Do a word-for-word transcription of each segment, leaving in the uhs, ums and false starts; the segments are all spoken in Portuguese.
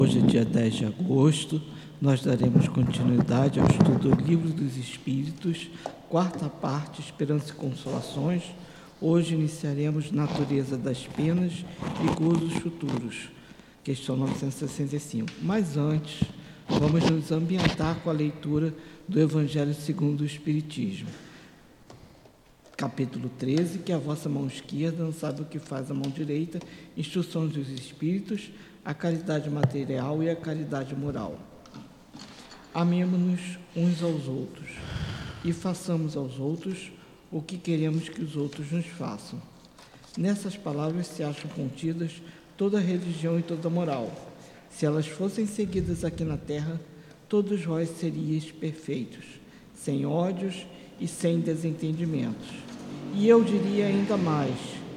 Hoje é dia dez de agosto, nós daremos continuidade ao estudo do Livro dos Espíritos, quarta parte, Esperança e Consolações. Hoje iniciaremos Natureza das Penas e Gozos Futuros, questão novecentos e sessenta e cinco. Mas antes, vamos nos ambientar com a leitura do Evangelho segundo o Espiritismo. Capítulo treze, que a vossa mão esquerda não sabe o que faz a mão direita, instruções dos Espíritos, a caridade material e a caridade moral. Amemo-nos uns aos outros e façamos aos outros o que queremos que os outros nos façam. Nessas palavras se acham contidas toda a religião e toda a moral. Se elas fossem seguidas aqui na terra, todos vós seríeis perfeitos, sem ódios e sem desentendimentos. E eu diria ainda mais,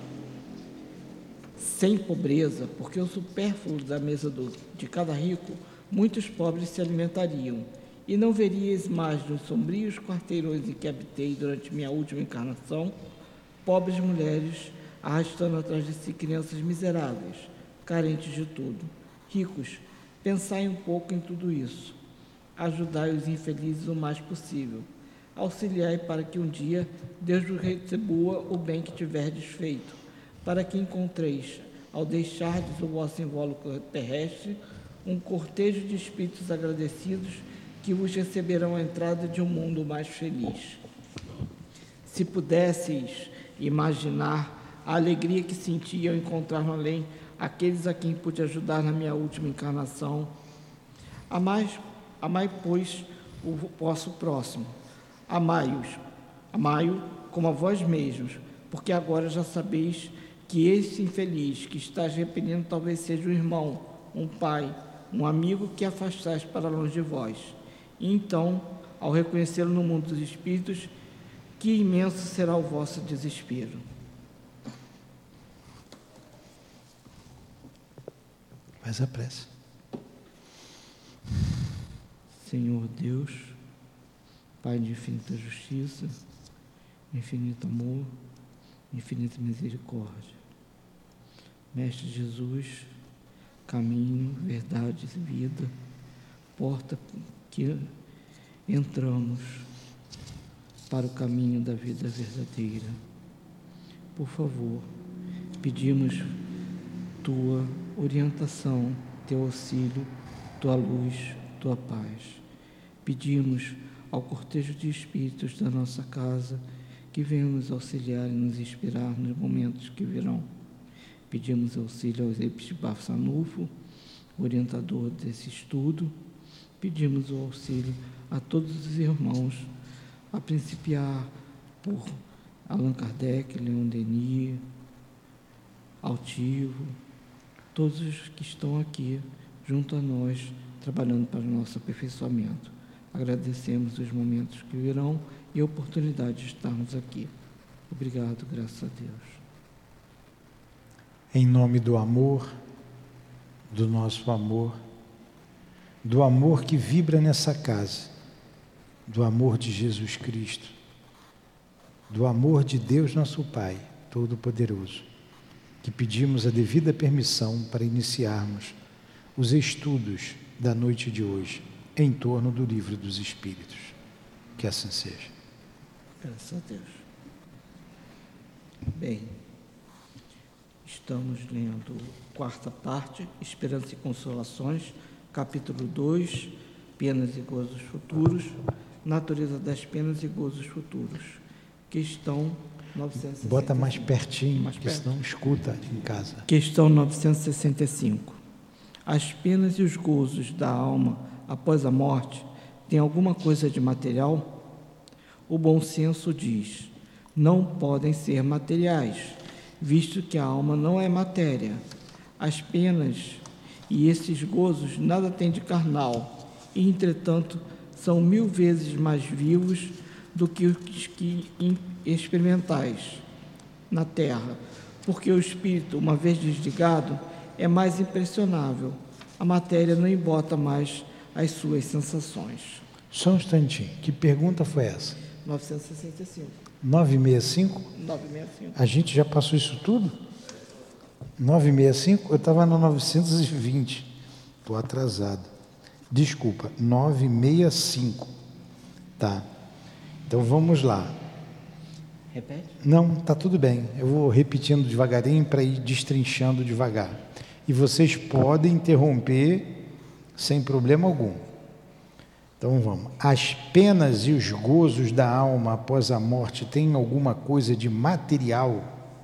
sem pobreza, porque o supérfluo da mesa do, de cada rico, muitos pobres se alimentariam, e não veríeis mais nos sombrios quarteirões em que habitei durante minha última encarnação, pobres mulheres arrastando atrás de si crianças miseráveis, carentes de tudo. Ricos, pensai um pouco em tudo isso. Ajudai os infelizes o mais possível. Auxiliai para que um dia Deus vos retribua o bem que tiverdes feito, para que encontreis, ao deixardes o vosso invólucro terrestre, um cortejo de espíritos agradecidos que vos receberão a entrada de um mundo mais feliz. Se pudesseis imaginar a alegria que senti ao encontrar no além aqueles a quem pude ajudar na minha última encarnação, amai, amai pois, o vosso próximo. Amai-os, amai-o como a vós mesmos, porque agora já sabeis que esse infeliz que estás reprimindo talvez seja um irmão, um pai, um amigo que afastais para longe de vós. E então, ao reconhecê-lo no mundo dos espíritos, que imenso será o vosso desespero. Faz a prece. Senhor Deus, Pai de infinita justiça, infinito amor, infinita misericórdia. Mestre Jesus, caminho, verdade e vida, porta que entramos para o caminho da vida verdadeira. Por favor, pedimos tua orientação, teu auxílio, tua luz, tua paz. Pedimos ao cortejo de espíritos da nossa casa que venham nos auxiliar e nos inspirar nos momentos que virão. Pedimos auxílio ao Episcopado Barçanufo, orientador desse estudo. Pedimos o auxílio a todos os irmãos, a principiar por Allan Kardec, Leon Denis, Altivo, todos os que estão aqui junto a nós, trabalhando para o nosso aperfeiçoamento. Agradecemos os momentos que virão e a oportunidade de estarmos aqui. Obrigado, graças a Deus. Em nome do amor, do nosso amor, do amor que vibra nessa casa, do amor de Jesus Cristo, do amor de Deus nosso Pai, Todo-Poderoso, que pedimos a devida permissão para iniciarmos os estudos da noite de hoje, em torno do Livro dos Espíritos. Que assim seja. Graças a Deus. Bem, estamos lendo quarta parte, Esperança e Consolações, capítulo dois, Penas e Gozos Futuros, Natureza das Penas e Gozos Futuros, questão novecentos e sessenta e cinco. Bota mais pertinho, mais porque perto. senão escuta em casa. Questão novecentos e sessenta e cinco. As penas e os gozos da alma após a morte têm alguma coisa de material? O bom senso diz, não podem ser materiais, visto que a alma não é matéria. As penas e esses gozos nada têm de carnal, e, entretanto, são mil vezes mais vivos do que os que experimentais na terra, porque o espírito, uma vez desligado, é mais impressionável. A matéria não embota mais as suas sensações. Só um instantinho, que pergunta foi essa? novecentos e sessenta e cinco. novecentos e sessenta e cinco? novecentos e sessenta e cinco. A gente já passou isso tudo? novecentos e sessenta e cinco? Eu estava no novecentos e vinte. Estou atrasado. Desculpa, nove sessenta e cinco. Tá. Então vamos lá. Repete? Não, tá tudo bem. Eu vou repetindo devagarinho para ir destrinchando devagar. E vocês podem interromper sem problema algum. Então vamos. As penas e os gozos da alma após a morte têm alguma coisa de material?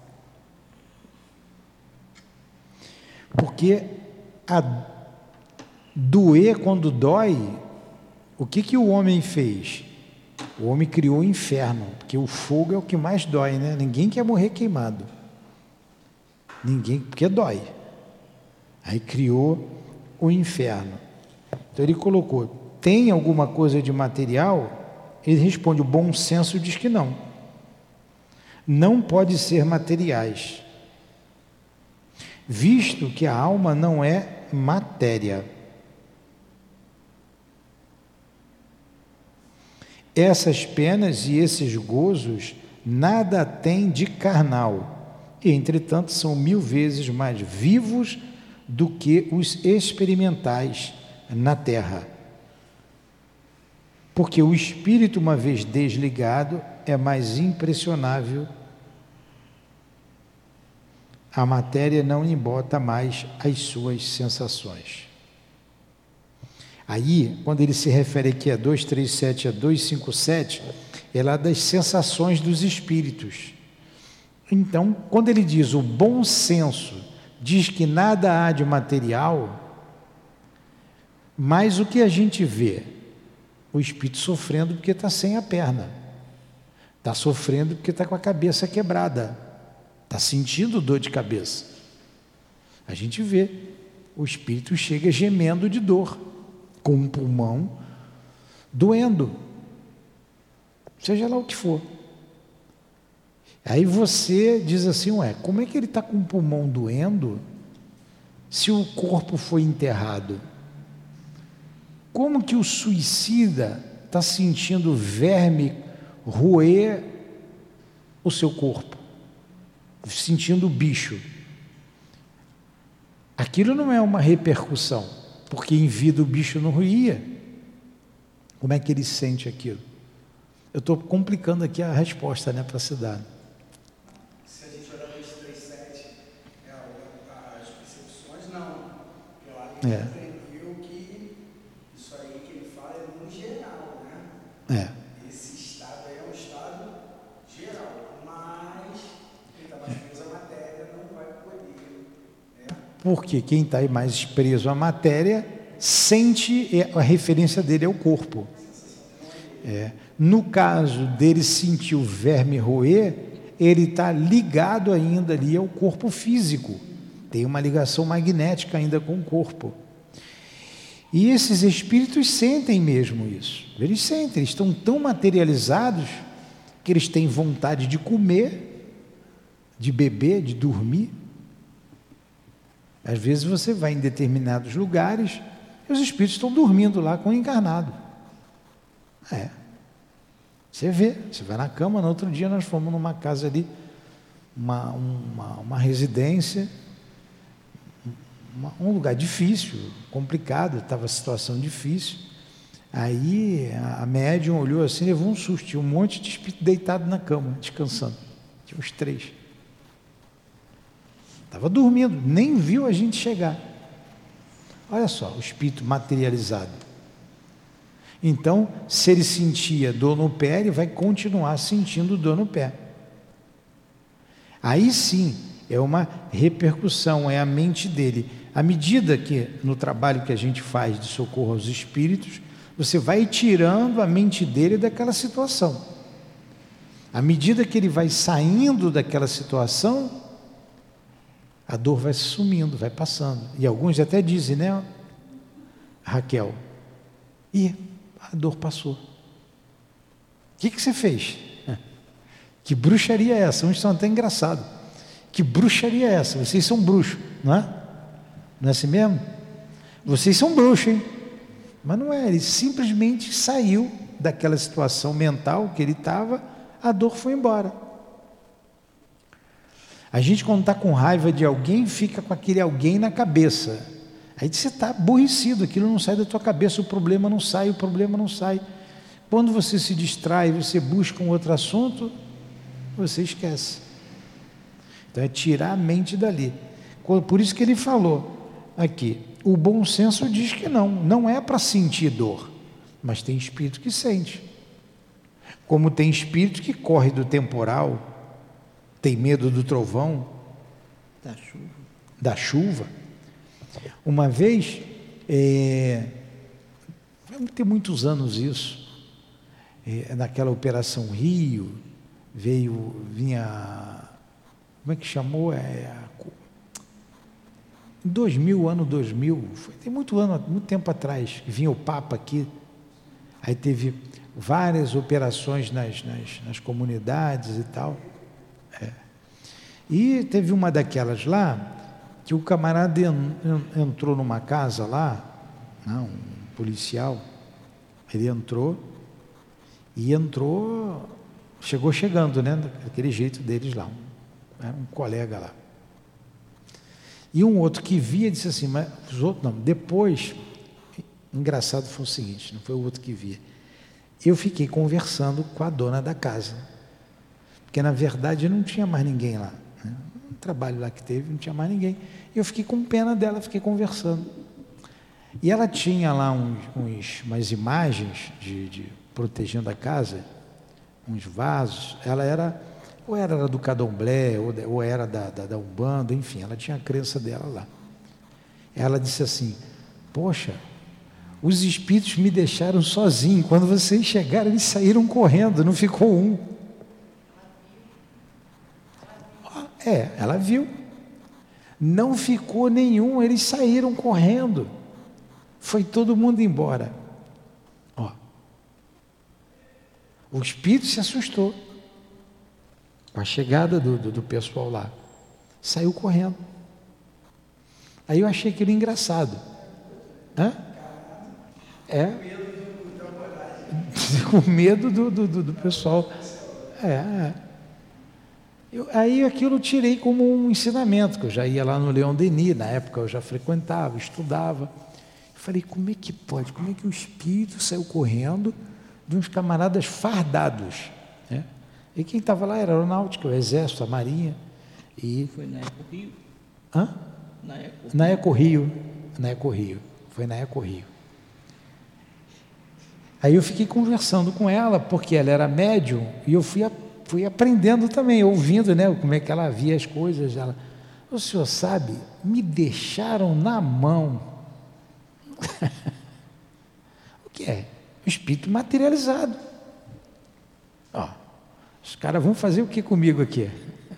Porque a doer quando dói, o que que o homem fez? O homem criou o inferno, porque o fogo é o que mais dói, né? Ninguém quer morrer queimado. Ninguém, porque dói. Aí criou o inferno. Então ele colocou, tem alguma coisa de material? Ele responde, o bom senso diz que não. Não pode ser materiais, visto que a alma não é matéria. Essas penas e esses gozos nada têm de carnal, e entretanto são mil vezes mais vivos do que os experimentais na terra. Porque o espírito, uma vez desligado, é mais impressionável. A matéria não embota mais as suas sensações. Aí, quando ele se refere aqui a duzentos e trinta e sete a duzentos e cinquenta e sete, é lá das sensações dos espíritos. Então, quando ele diz o bom senso, diz que nada há de material, mas o que a gente vê? O espírito sofrendo porque está sem a perna, está sofrendo porque está com a cabeça quebrada, está sentindo dor de cabeça. A gente vê, o espírito chega gemendo de dor, com um pulmão doendo, seja lá o que for. Aí você diz assim, ué, como é que ele está com o pulmão doendo se o corpo foi enterrado? Como que o suicida está sentindo verme roer o seu corpo, sentindo o bicho? Aquilo não é uma repercussão, porque em vida o bicho não ruía. Como é que ele sente aquilo? Eu estou complicando aqui a resposta, né, para se dar. Se a gente olhar no três sete, é, as percepções, não. Porque lá a gente É. aprendeu que isso aí que ele fala é no geral, né? É. Esse estado aí é um estado geral, mas quem está mais preso à matéria não vai poder, né? Porque quem está aí mais preso à matéria sente, a referência dele é o corpo. É. No caso dele sentir o verme roer, ele está ligado ainda ali ao corpo físico, tem uma ligação magnética ainda com o corpo. E esses espíritos sentem mesmo isso, eles sentem, eles estão tão materializados que eles têm vontade de comer, de beber, de dormir. Às vezes você vai em determinados lugares e os espíritos estão dormindo lá com o encarnado. É. Você vê, você vai na cama. No outro dia nós fomos numa casa ali, uma, uma, uma residência, uma, um lugar difícil, complicado, estava a situação difícil. Aí a, a médium olhou assim, levou um susto, tinha um monte de espírito deitado na cama, descansando. Tinha uns três. Estava dormindo, nem viu a gente chegar. Olha só, o espírito materializado. Então, se ele sentia dor no pé, ele vai continuar sentindo dor no pé. Aí sim, é uma repercussão, é a mente dele. À medida que, no trabalho que a gente faz de socorro aos espíritos, você vai tirando a mente dele daquela situação. À medida que ele vai saindo daquela situação, a dor vai sumindo, vai passando. E alguns até dizem, né, Raquel, e a dor passou. O que, que você fez? Que bruxaria é essa? Uns são até engraçados. Que bruxaria é essa? Vocês são bruxos, não é? Não é assim mesmo? Vocês são bruxos, hein? Mas não é, ele simplesmente saiu daquela situação mental que ele estava, a dor foi embora. A gente, quando está com raiva de alguém, fica com aquele alguém na cabeça. Aí você está aborrecido, aquilo não sai da tua cabeça, o problema não sai, o problema não sai. Quando você se distrai, você busca um outro assunto, você esquece. Então é tirar a mente dali. Por isso que ele falou aqui, o bom senso diz que não, não é para sentir dor, mas tem espírito que sente. Como tem espírito que corre do temporal, tem medo do trovão, Da chuva. da chuva. Uma vez, é, tem muitos anos isso, é, naquela Operação Rio, veio, vinha, como é que chamou? É, em dois mil, ano dois mil, foi, tem muito ano, muito tempo atrás, que vinha o Papa aqui, aí teve várias operações nas, nas, nas comunidades e tal. É. E teve uma daquelas lá, que o camarada entrou numa casa lá, não, um policial, ele entrou, e entrou, chegou chegando, né, daquele jeito deles lá, um, era um colega lá. E um outro que via disse assim, mas os outros não, depois, engraçado foi o seguinte, não foi o outro que via, eu fiquei conversando com a dona da casa, porque na verdade não tinha mais ninguém lá, né? Um trabalho lá que teve, não tinha mais ninguém, e eu fiquei com pena dela, fiquei conversando, e ela tinha lá uns, uns, umas imagens de, de protegendo a casa, uns vasos, ela era, ou era do Candomblé, ou, ou era da, da, da Umbanda, enfim, ela tinha a crença dela lá. Ela disse assim, poxa, os espíritos me deixaram sozinho, quando vocês chegaram eles saíram correndo, não ficou um. É, ela viu, não ficou nenhum, eles saíram correndo, foi todo mundo embora. Ó, o espírito se assustou com a chegada do, do, do pessoal lá, saiu correndo. Aí eu achei aquilo engraçado. Hã? É, com medo do, do, do, do pessoal. É, é. Eu, aí aquilo eu tirei como um ensinamento, que eu já ia lá no Leon Denis, na época eu já frequentava, estudava. Eu falei, como é que pode? Como é que o espírito saiu correndo de uns camaradas fardados? Né? E quem estava lá era a aeronáutica, o exército, a marinha. E... Foi na Eco Rio? Hã? Na Eco Na Eco Rio. Na Eco Rio. Foi na Eco Rio. Aí eu fiquei conversando com ela, porque ela era médium, e eu fui, fui aprendendo também, ouvindo, né, como é que ela via as coisas. Ela, o senhor sabe, me deixaram na mão. O que é? O espírito materializado. Ó, os caras vão fazer o que comigo aqui?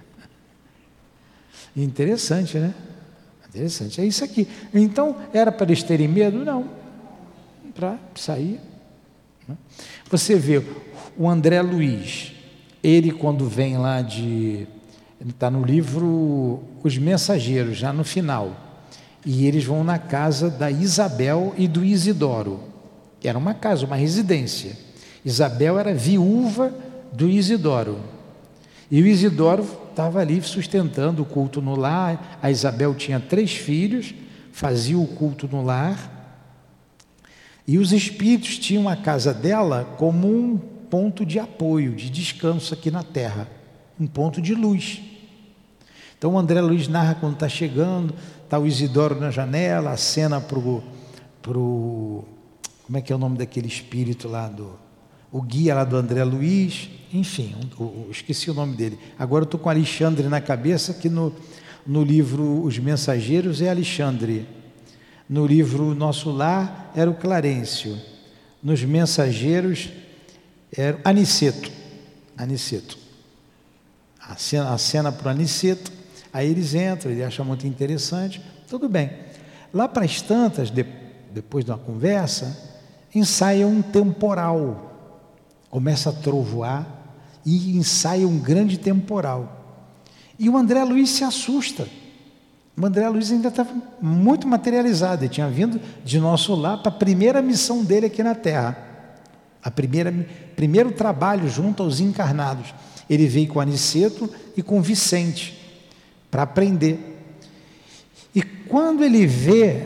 Interessante, né? Interessante, é isso aqui. Então, era para eles terem medo? Não. Para sair. Você vê, o André Luiz, ele quando vem lá de... Ele está no livro Os Mensageiros, já no final. E eles vão na casa da Isabel e do Isidoro. Era uma casa, uma residência. Isabel era viúva do Isidoro. E o Isidoro estava ali sustentando o culto no lar. A Isabel tinha três filhos, fazia o culto no lar. E os espíritos tinham a casa dela como um ponto de apoio, de descanso aqui na terra, um ponto de luz. Então o André Luiz narra quando está chegando, está o Isidoro na janela, a cena para o... Pro, como é que é o nome daquele espírito lá, do, o guia lá do André Luiz, enfim, um, um, esqueci o nome dele. Agora eu estou com Alexandre na cabeça, que no, no livro Os Mensageiros é Alexandre. No livro Nosso Lar era o Clarencio. Nos Mensageiros era Aniceto. Aniceto. A cena, a cena para o Aniceto. Aí eles entram, ele acha muito interessante. Tudo bem. Lá para as tantas, de, depois de uma conversa, ensaia um temporal. Começa a trovoar e ensaia um grande temporal. E o André Luiz se assusta. O André Luiz ainda estava muito materializado, ele tinha vindo de Nosso Lar para a primeira missão dele aqui na Terra, a primeira, primeiro trabalho junto aos encarnados. Ele veio com Aniceto e com Vicente para aprender. E quando ele vê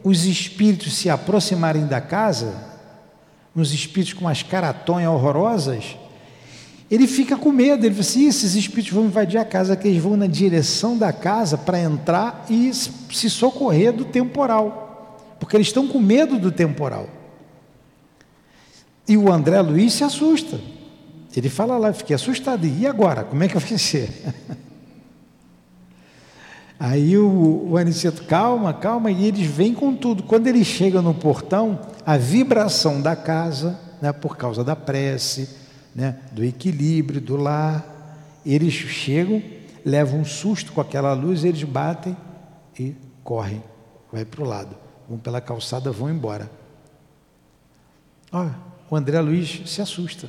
os espíritos se aproximarem da casa, uns espíritos com umas caratonhas horrorosas, ele fica com medo, ele fala assim, esses espíritos vão invadir a casa, que eles vão na direção da casa para entrar e se socorrer do temporal, porque eles estão com medo do temporal. E o André Luiz se assusta, ele fala lá, eu fiquei assustado, e agora, como é que vai ser? Aí o, o Aniceto, calma, calma, e eles vêm com tudo. Quando eles chegam no portão, a vibração da casa, né, por causa da prece, né, do equilíbrio, do lar, eles chegam, levam um susto com aquela luz, eles batem e correm, vai para o lado, vão pela calçada, vão embora. Olha, o André Luiz se assusta.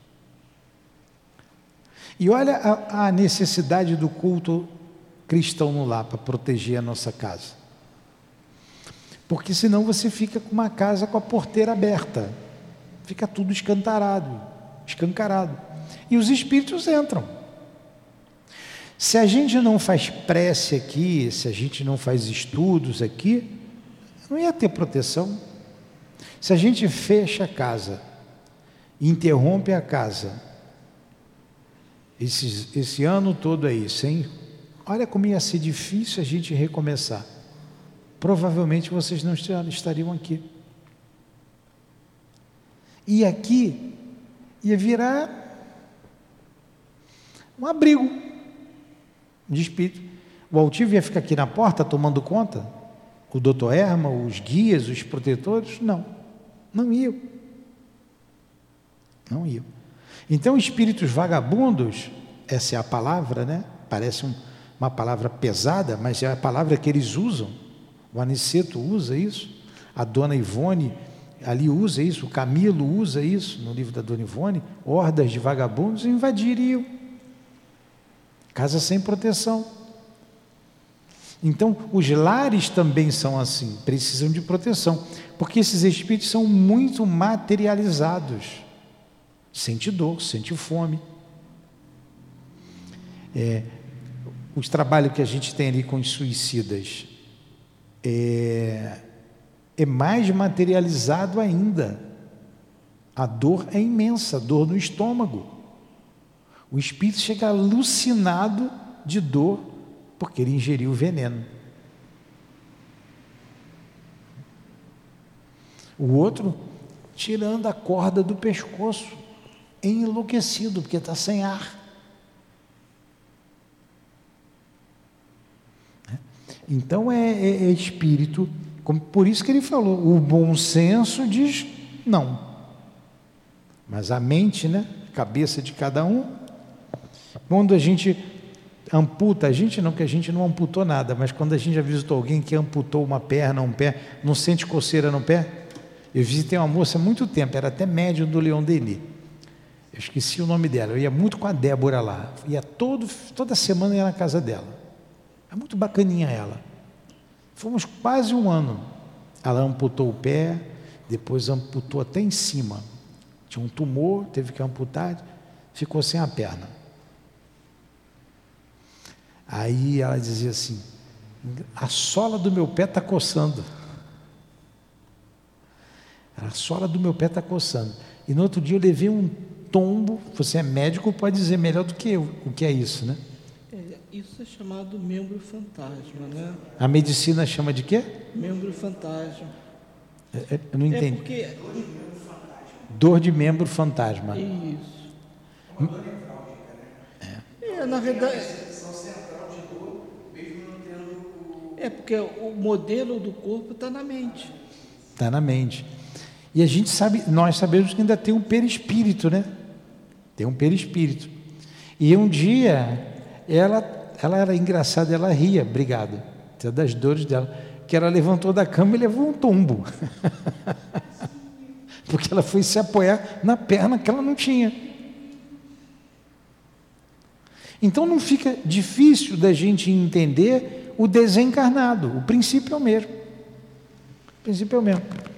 E olha a, a necessidade do culto cristão no lar, para proteger a nossa casa. Porque senão você fica com uma casa com a porteira aberta, fica tudo escancarado, escancarado. E os espíritos entram. Se a gente não faz prece aqui, se a gente não faz estudos aqui, não ia ter proteção. Se a gente fecha a casa, interrompe a casa, esse, esse ano todo aí, sem... Olha como ia ser difícil a gente recomeçar. Provavelmente vocês não estariam aqui. E aqui ia virar um abrigo de espírito. O altivo ia ficar aqui na porta tomando conta? O doutor Erma, os guias, os protetores? Não, não iam. Não iam. Então, espíritos vagabundos, essa é a palavra, né? Parece um uma palavra pesada, mas é a palavra que eles usam. O Aniceto usa isso, a dona Ivone ali usa isso, o Camilo usa isso no livro da dona Ivone. Hordas de vagabundos invadiriam casa sem proteção. Então os lares também são assim, precisam de proteção, porque esses espíritos são muito materializados, sente dor, sente fome. é Os trabalhos que a gente tem ali com os suicidas é, é mais materializado ainda. A dor é imensa, a dor no estômago. O espírito chega alucinado de dor porque ele ingeriu veneno. O outro tirando a corda do pescoço, enlouquecido porque está sem ar. Então é, é, é espírito, como, por isso que ele falou, o bom senso diz não, mas a mente, né, cabeça de cada um, quando a gente amputa, a gente não, que a gente não amputou nada, mas quando a gente já visitou alguém que amputou uma perna, um pé, não sente coceira no pé? Eu visitei uma moça há muito tempo, era até médium do Leon Denis, eu esqueci o nome dela, eu ia muito com a Débora lá, ia todo, toda semana ia na casa dela. É muito bacaninha ela. Fomos quase um ano. Ela amputou o pé, depois amputou até em cima. Tinha um tumor, teve que amputar, ficou sem a perna. Aí ela dizia assim, a sola do meu pé está coçando. A sola do meu pé está coçando. E no outro dia eu levei um tombo, você é médico, pode dizer melhor do que eu o que é isso, né? Isso é chamado membro fantasma, né? A medicina chama de quê? Membro fantasma. É, eu não entendi. É porque... Dor de membro fantasma. Isso. Uma dor nefrálgica, né? É, é na verdade... A percepção central de dor, mesmo não tendo... É porque o modelo do corpo está na mente. Está na mente. E a gente sabe, nós sabemos que ainda tem um perispírito, né? Tem um perispírito. E um dia, ela... Ela era engraçada, ela ria, obrigado, das dores dela, que ela levantou da cama e levou um tombo, porque ela foi se apoiar na perna que ela não tinha. Então não fica difícil da gente entender o desencarnado, o princípio é o mesmo, o princípio é o mesmo.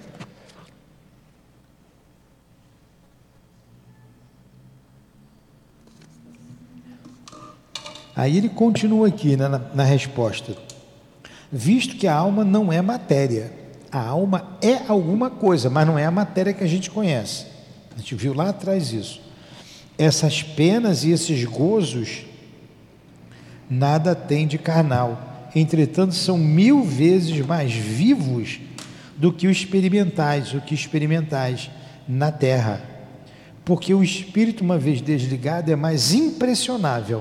Aí ele continua aqui, né, na, na resposta. Visto que a alma não é matéria, A alma é alguma coisa, mas não é a matéria que a gente conhece. A gente viu lá atrás isso. Essas penas e esses gozos nada tem de carnal, entretanto são mil vezes mais vivos do que os experimentais, o que experimentais na terra, porque o espírito, uma vez desligado, é mais impressionável.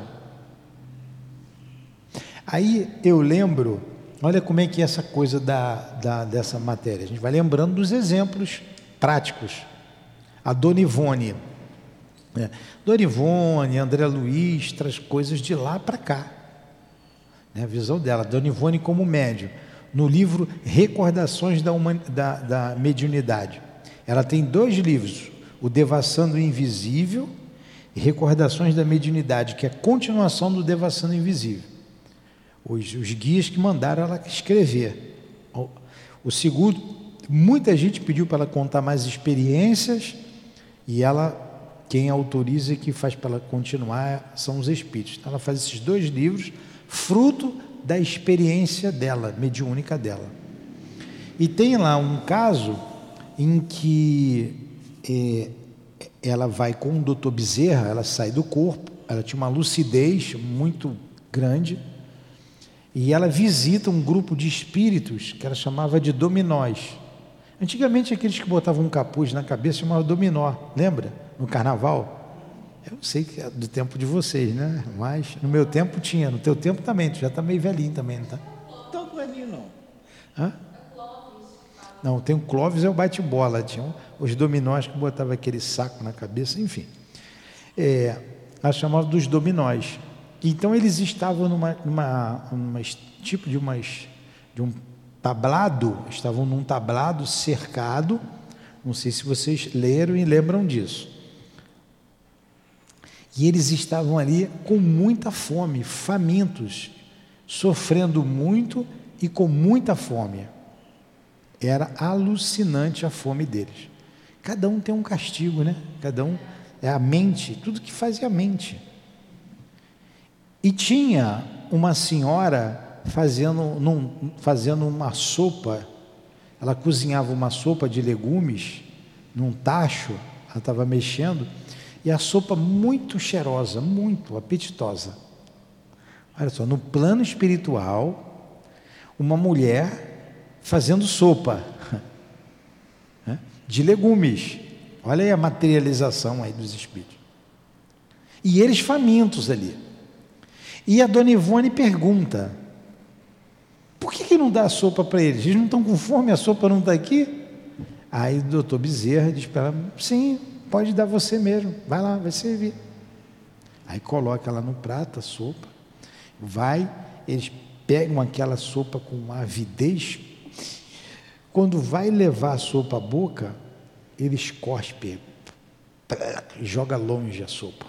Aí eu lembro, olha como é que é essa coisa da, da, dessa matéria, a gente vai lembrando dos exemplos práticos. A Dona Ivone, né? Dona Ivone, André Luiz, traz coisas de lá para cá, né? A visão dela, Dona Ivone como médium, no livro Recordações da, Human, da, da Mediunidade. Ela tem dois livros, o Devassando o Invisível e Recordações da Mediunidade, que é a continuação do Devassando o Invisível. Os, os guias que mandaram ela escrever. O, o segundo, muita gente pediu para ela contar mais experiências, e ela, quem autoriza e que faz para ela continuar são os espíritos. Então ela faz esses dois livros, fruto da experiência dela, mediúnica dela. E tem lá um caso em que é, ela vai com o doutor Bezerra, ela sai do corpo, ela tinha uma lucidez muito grande, e ela visita um grupo de espíritos que ela chamava de dominós. Antigamente aqueles que botavam um capuz na cabeça chamavam dominó, lembra? No carnaval. Eu sei que é do tempo de vocês, né? Mas no meu tempo tinha, no teu tempo também, tu já está meio velhinho também, não está? Tão velhinho não. Hã? Não, tem o Clóvis, é o bate-bola, tinham os dominós que botavam aquele saco na cabeça, enfim. É, ela chamava dos dominós. Então eles estavam numa, numa, numa tipo de, umas, de um tablado, estavam num tablado cercado, não sei se vocês leram e lembram disso. E eles estavam ali com muita fome, famintos, sofrendo muito e com muita fome. Era alucinante a fome deles. Cada um tem um castigo, né? Cada um é a mente, tudo que faz é a mente. E tinha uma senhora fazendo, num, fazendo uma sopa, ela cozinhava uma sopa de legumes num tacho, ela estava mexendo, e a sopa muito cheirosa, muito apetitosa. Olha só, no plano espiritual, uma mulher fazendo sopa de legumes. Olha aí a materialização aí dos espíritos. E eles famintos ali. E a Dona Ivone pergunta: por que, que não dá a sopa para eles? Eles não estão com fome, a sopa não está aqui? Aí o doutor Bezerra diz para ela: sim, pode dar você mesmo, vai lá, vai servir. Aí coloca lá no prato a sopa, vai, eles pegam aquela sopa com avidez. Quando vai levar a sopa à boca, eles cospem, joga longe a sopa.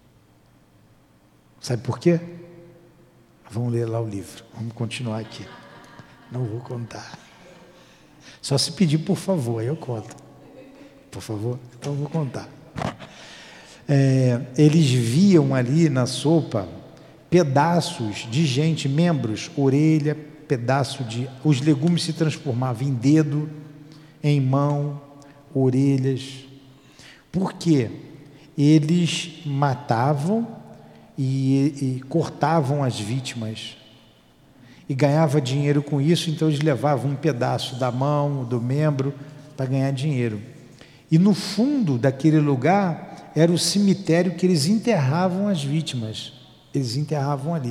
Sabe por quê? Vamos ler lá o livro, vamos continuar aqui. Não vou contar. Só se pedir, por favor, aí eu conto. Por favor? Então eu vou contar. É, eles viam ali na sopa pedaços de gente, membros, orelha, pedaço de... Os legumes se transformavam em dedo, em mão, orelhas. Por quê? Eles matavam e, e cortavam as vítimas e ganhava dinheiro com isso, então eles levavam um pedaço da mão, do membro, para ganhar dinheiro. E no fundo daquele lugar era o cemitério que eles enterravam as vítimas, eles enterravam ali.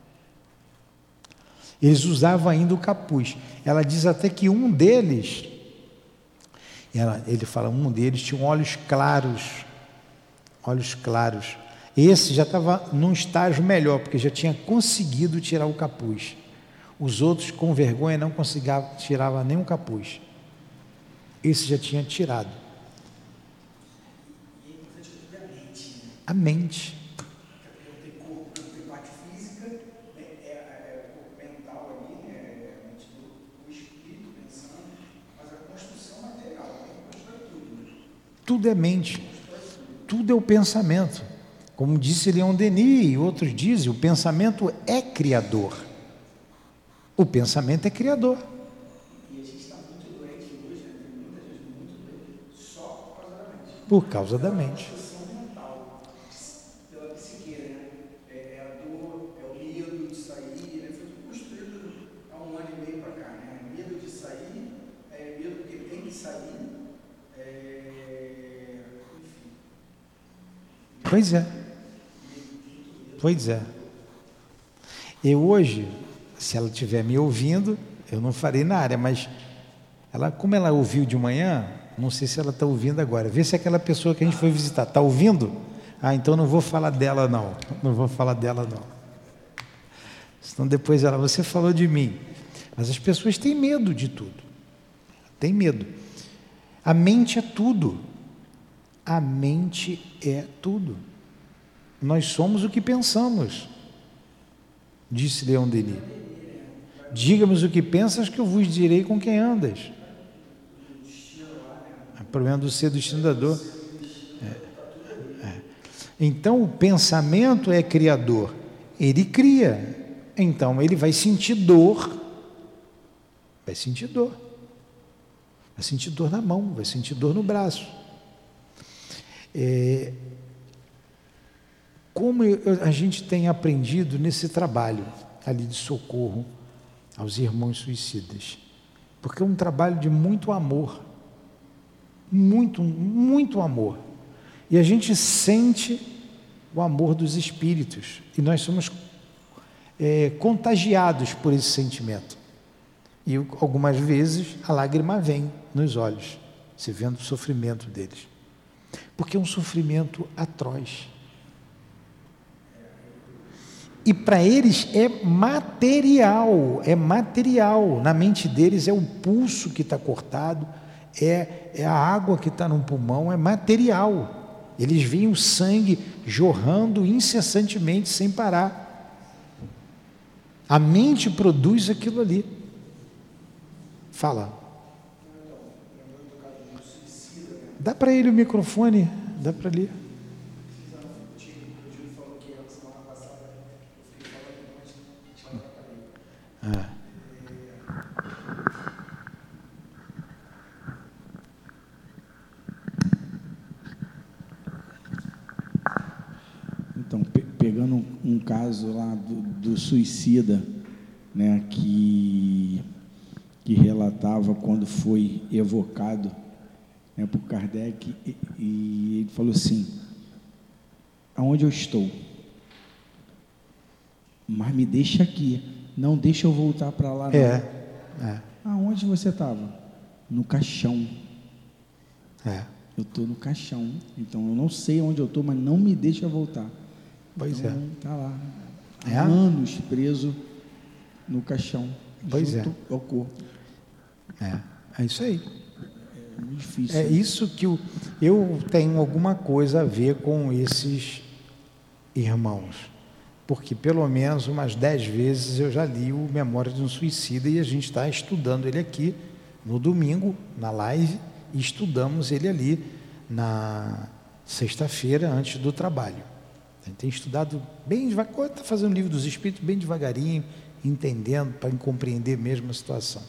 Eles usavam ainda o capuz. Ela diz até que um deles, ela, ele fala, um deles tinha olhos claros, olhos claros. Esse já estava num estágio melhor, porque já tinha conseguido tirar o capuz. Os outros, com vergonha, não conseguiam tirar nem o capuz. Esse já tinha tirado. E é importante que a mente, né? A mente. Não tem corpo, não tem parte física, é, é, é o corpo mental ali, é a mente do, do espírito pensando, mas a construção material, tem que constrói tudo. Né? Tudo é mente. Tudo é o pensamento. Como disse Leon Denis e outros dizem, o pensamento é criador. O pensamento é criador. E a gente está muito Por causa da mente. Mental, pela psique, né? É, é a dor, é o medo de sair, né? Foi tudo construído há um ano e meio para cá, né? Medo de sair, é, medo porque tem que sair, é, enfim. Pois é. Pois é. Eu hoje, se ela estiver me ouvindo, eu não farei na área, mas ela, como ela ouviu de manhã, não sei se ela está ouvindo agora. Vê se aquela pessoa que a gente foi visitar está ouvindo. Ah, então não vou falar dela não. Não vou falar dela não. Senão depois ela, você falou de mim. Mas as pessoas têm medo de tudo. Tem medo. A mente é tudo. A mente é tudo. Nós somos o que pensamos, disse Leon Denis. Diga-me o que pensas que eu vos direi com quem andas. É o problema do ser, do destino da dor. É. É. Então o pensamento é criador. Ele cria. Então ele vai sentir dor. Vai sentir dor. Vai sentir dor na mão, vai sentir dor no braço. É... Como eu, a gente tem aprendido nesse trabalho ali de socorro aos irmãos suicidas, porque é um trabalho de muito amor, muito, muito amor, e a gente sente o amor dos espíritos, e nós somos é, contagiados por esse sentimento, e algumas vezes a lágrima vem nos olhos, se vendo o sofrimento deles, porque é um sofrimento atroz. E para eles é material, é material, na mente deles é o pulso que está cortado, é, é a água que está no pulmão, é material. Eles veem o sangue jorrando incessantemente, sem parar. A mente produz aquilo ali. Fala. Dá para ele o microfone, dá para ele. Ah. Então, pe pegando um, um caso lá do, do suicida, né, que, que relatava quando foi evocado, né, por Kardec, e, e ele falou assim: aonde eu estou? Mas me deixa aqui. Não deixa eu voltar para lá, não. É, é. Aonde você estava? No caixão. É. Eu estou no caixão. Então, eu não sei onde eu estou, mas não me deixa voltar. Pois então, é. Está lá. Há É? anos preso no caixão. Pois junto é. ao corpo. É, é isso aí. É muito difícil. É isso que eu, eu tenho alguma coisa a ver com esses irmãos. Porque pelo menos umas dez vezes eu já li o Memória de um Suicida e a gente está estudando ele aqui no domingo, na live, e estudamos ele ali na sexta-feira, antes do trabalho. A gente tem estudado bem devagar, está fazendo o livro dos Espíritos bem devagarinho, entendendo, para compreender mesmo a situação.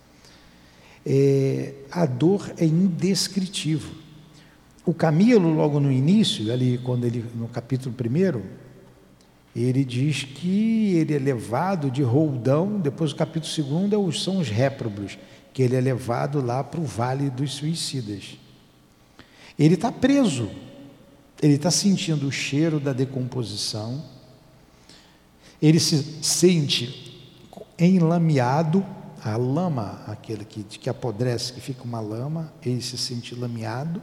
É, a dor é indescritível. O Camilo, logo no início, ali quando ele, no capítulo primeiro, ele diz que ele é levado de Roldão, depois o capítulo segundo são os réprobos, que ele é levado lá para o Vale dos Suicidas. Ele está preso, ele está sentindo o cheiro da decomposição, ele se sente enlameado, a lama, aquele que, que apodrece, que fica uma lama, ele se sente lameado.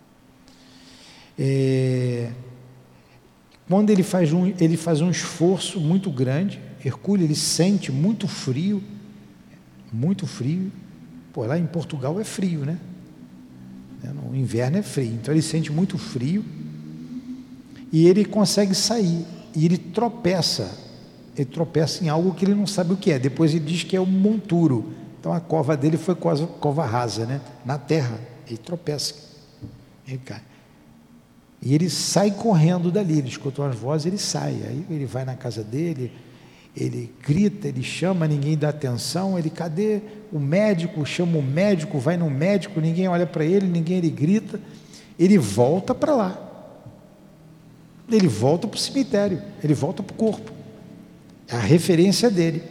É... Quando ele faz, um, ele faz um esforço muito grande, Hercúleo, ele sente muito frio, muito frio. Pô, lá em Portugal é frio, né? No inverno é frio, então ele sente muito frio e ele consegue sair, e ele tropeça, ele tropeça em algo que ele não sabe o que é. Depois ele diz que é um monturo, então a cova dele foi cova, cova rasa, né? Na terra, ele tropeça, ele cai. E ele sai correndo dali, ele escutou as vozes, ele sai, aí ele vai na casa dele, ele grita, ele chama, ninguém dá atenção, ele, cadê o médico? Chama o médico, vai no médico, ninguém olha para ele, ninguém, ele grita, ele volta para lá. Ele volta para o cemitério, ele volta para o corpo. É a referência dele.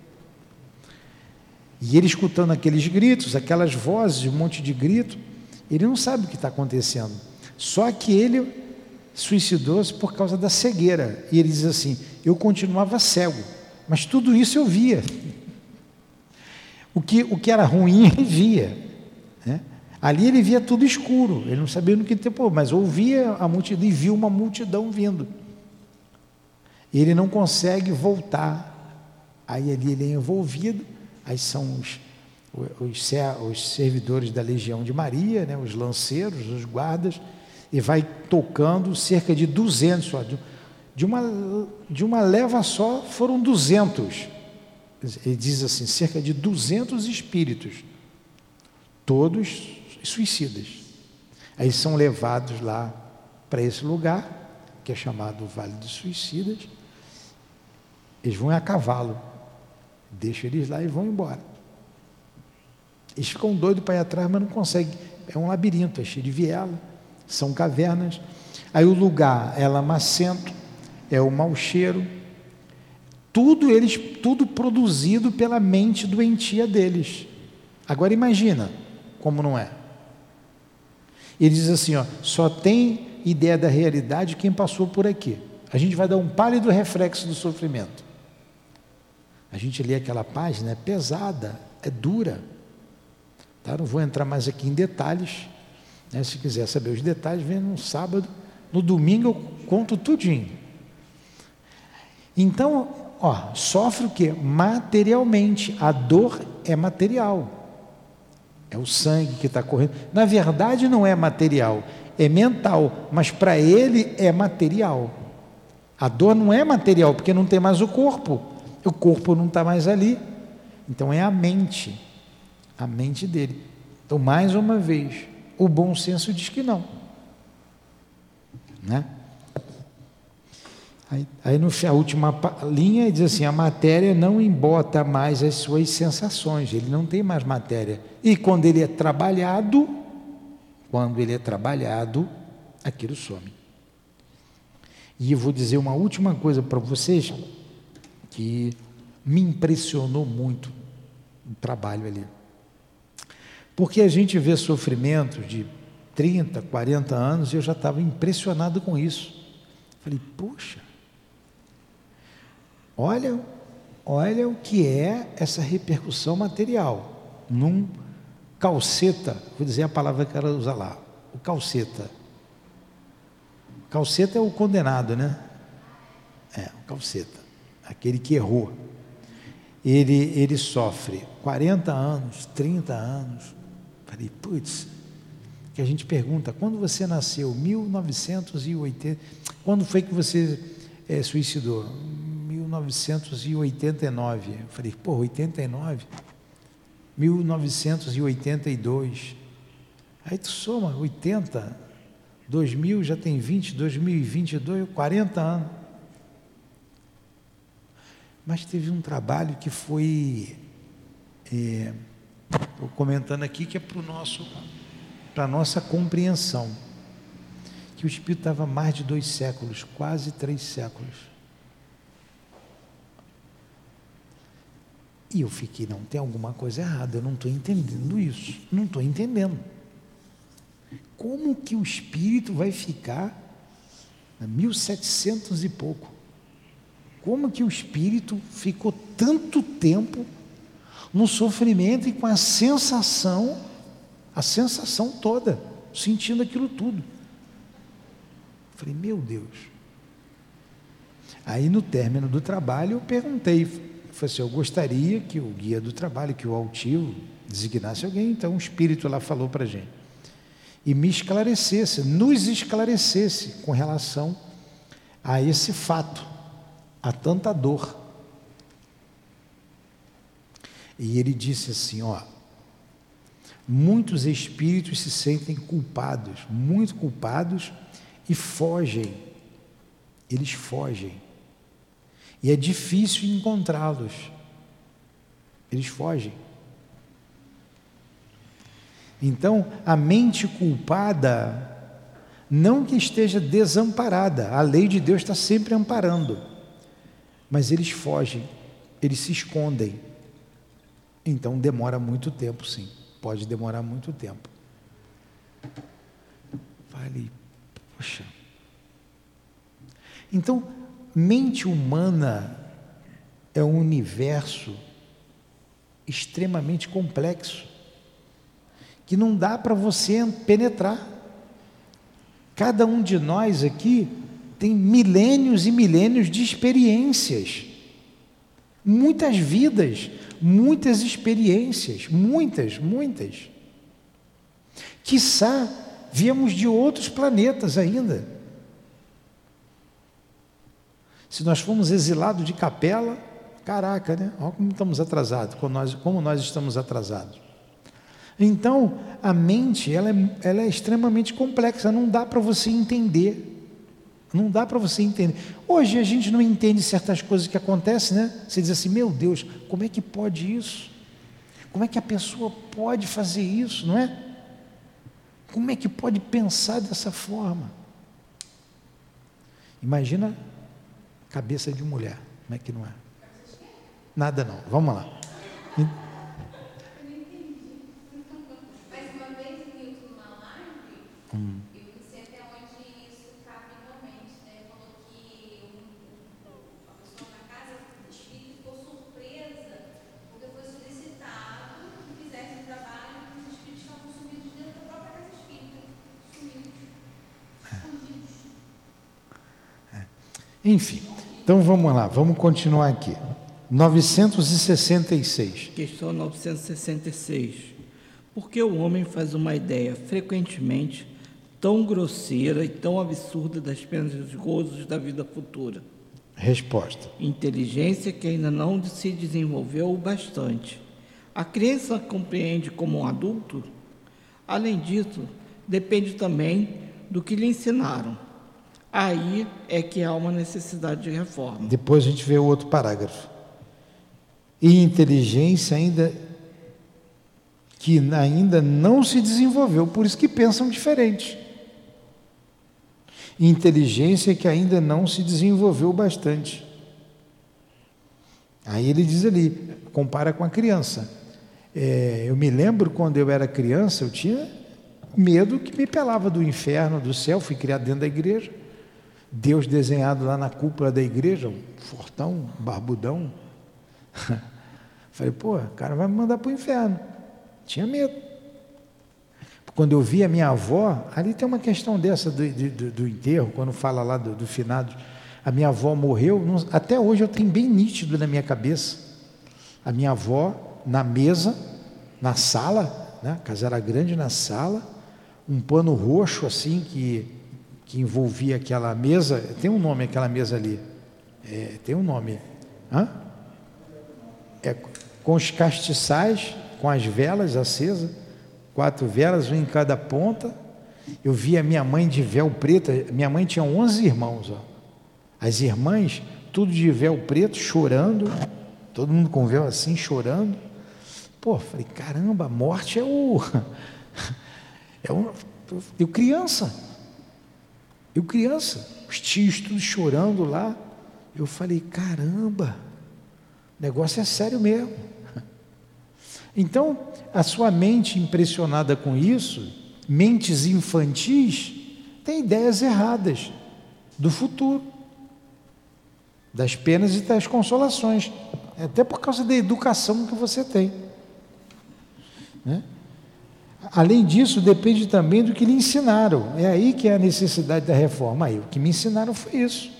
E ele escutando aqueles gritos, aquelas vozes, um monte de grito, ele não sabe o que está acontecendo. Só que ele suicidou-se por causa da cegueira. E ele diz assim: eu continuava cego, mas tudo isso eu via. O que, o que era ruim ele via, né? Ali ele via tudo escuro, ele não sabia no que tempo, mas ouvia a multidão e viu uma multidão vindo. Ele não consegue voltar. Aí ali ele é envolvido. Aí são os, os, os servidores da Legião de Maria, né, os lanceiros, os guardas, e vai tocando cerca de duzentos só. De uma, de uma leva só foram duzentos. Ele diz assim, cerca de duzentos espíritos, todos suicidas. Aí são levados lá para esse lugar, que é chamado Vale dos Suicidas. Eles vão a cavalo, deixam eles lá e vão embora. Eles ficam doidos para ir atrás, mas não conseguem. É um labirinto, é cheio de viela, são cavernas. Aí o lugar é lamacento, é o mau cheiro, tudo, eles, tudo produzido pela mente doentia deles. Agora imagina como não é. Ele diz assim, ó, só tem ideia da realidade quem passou por aqui. A gente vai dar um pálido reflexo do sofrimento. A gente lê aquela página, é pesada, é dura. Tá? Não vou entrar mais aqui em detalhes, né? Se quiser saber os detalhes, vem no sábado. No domingo eu conto tudinho. Então, ó, sofre o quê? Materialmente. A dor é material. É o sangue que está correndo. Na verdade não é material, é mental, mas para ele é material. A dor não é material, porque não tem mais o corpo. O corpo não está mais ali. Então é a mente, a mente dele. Então, mais uma vez, o bom senso diz que não, né? Aí, aí no, a última linha diz assim, a matéria não embota mais as suas sensações, ele não tem mais matéria. E quando ele é trabalhado, quando ele é trabalhado, aquilo some. E eu vou dizer uma última coisa para vocês, que me impressionou muito o trabalho ali. Porque a gente vê sofrimentos de trinta, quarenta anos, e eu já estava impressionado com isso. Falei, poxa, olha, olha o que é essa repercussão material. Num calceta, vou dizer a palavra que eu quero usar lá, o calceta. Calceta é o condenado, né? É, o calceta, aquele que errou. Ele, ele sofre quarenta anos, trinta anos. Falei, putz, que a gente pergunta, quando você nasceu? mil novecentos e oitenta. Quando foi que você é, suicidou? mil novecentos e oitenta e nove. Eu falei, pô, oitenta e nove? mil novecentos e oitenta e dois. Aí tu soma, oitenta, dois mil já tem vinte, dois mil e vinte e dois, quarenta anos. Mas teve um trabalho que foi, é, estou comentando aqui, que é para o nosso, para a nossa compreensão, que o Espírito estava mais de dois séculos, quase três séculos. E eu fiquei, não, tem alguma coisa errada, eu não estou entendendo isso, não estou entendendo. Como que o Espírito vai ficar mil e setecentos e pouco? Como que o Espírito ficou tanto tempo no sofrimento e com a sensação, a sensação toda, sentindo aquilo tudo? Falei, meu Deus. Aí no término do trabalho eu perguntei, falei assim, eu gostaria que o guia do trabalho, que o altivo, designasse alguém. Então o Espírito lá falou para a gente, e me esclarecesse, nos esclarecesse com relação a esse fato, a tanta dor. E ele disse assim, ó, muitos espíritos se sentem culpados, muito culpados, e fogem, eles fogem, e é difícil encontrá-los, eles fogem. Então, a mente culpada Não que esteja desamparada, a lei de Deus está sempre amparando, mas eles fogem, eles se escondem. Então demora muito tempo, sim, pode demorar muito tempo. Vale, poxa. Então, mente humana é um universo extremamente complexo, que não dá para você penetrar. Cada um de nós aqui tem milênios e milênios de experiências, muitas vidas, muitas experiências, muitas, muitas. Quiçá viemos de outros planetas ainda. Se nós fomos exilados de Capela, caraca, né? Olha como estamos atrasados, como nós, como nós estamos atrasados. Então, a mente, ela é, ela é extremamente complexa, não dá para você entender. Não dá para você entender. Hoje a gente não entende certas coisas que acontecem, né? Você diz assim, meu Deus, como é que pode isso? Como é que a pessoa pode fazer isso, não é? Como é que pode pensar dessa forma? Imagina a cabeça de mulher, como é que não é? Nada não, vamos lá. Hum. Eu não sei até onde isso cabe realmente, né? Falou que um, a pessoa na casa, o espírito ficou surpresa porque foi solicitado que fizesse um trabalho e os espíritos estavam sumidos dentro da própria casa espírita. Sumidos. Escondidos. É. Enfim, então vamos lá, vamos continuar aqui. novecentos e sessenta e seis. Questão novecentos e sessenta e seis. Por que o homem faz uma ideia frequentemente tão grosseira e tão absurda das penas e dos gozos da vida futura? Resposta. Inteligência que ainda não se desenvolveu o bastante. A criança compreende como um adulto? Além disso, depende também do que lhe ensinaram. Aí é que há uma necessidade de reforma. Depois a gente vê o outro parágrafo. E inteligência ainda que ainda não se desenvolveu, por isso que pensam diferente. Inteligência que ainda não se desenvolveu bastante. Aí ele diz ali, compara com a criança. É, eu me lembro quando eu era criança, eu tinha medo que me pelava do inferno, do céu, fui criado dentro da igreja. Deus desenhado lá na cúpula da igreja, um fortão, um barbudão. Falei, pô, o cara vai me mandar para o inferno. Tinha medo. Quando eu vi a minha avó, ali tem uma questão dessa do, do, do enterro, quando fala lá do, do finado, a minha avó morreu, não, até hoje eu tenho bem nítido na minha cabeça, a minha avó na mesa, na sala, né, a casa era grande, na sala, um pano roxo assim, que, que envolvia aquela mesa, tem um nome aquela mesa ali, é, tem um nome, hã? É, com os castiçais, com as velas acesas, quatro velas, uma em cada ponta. Eu vi a minha mãe de véu preto, minha mãe tinha onze irmãos, ó. As irmãs, tudo de véu preto, chorando, todo mundo com véu assim, chorando. Pô, falei, caramba, a morte é o... é o... Eu criança, eu criança, os tios tudo chorando lá. Eu falei, caramba, o negócio é sério mesmo. Então, a sua mente impressionada com isso, mentes infantis, tem ideias erradas do futuro, das penas e das consolações, até por causa da educação que você tem, né? Além disso, depende também do que lhe ensinaram. É aí que é a necessidade da reforma. Aí, o que me ensinaram foi isso.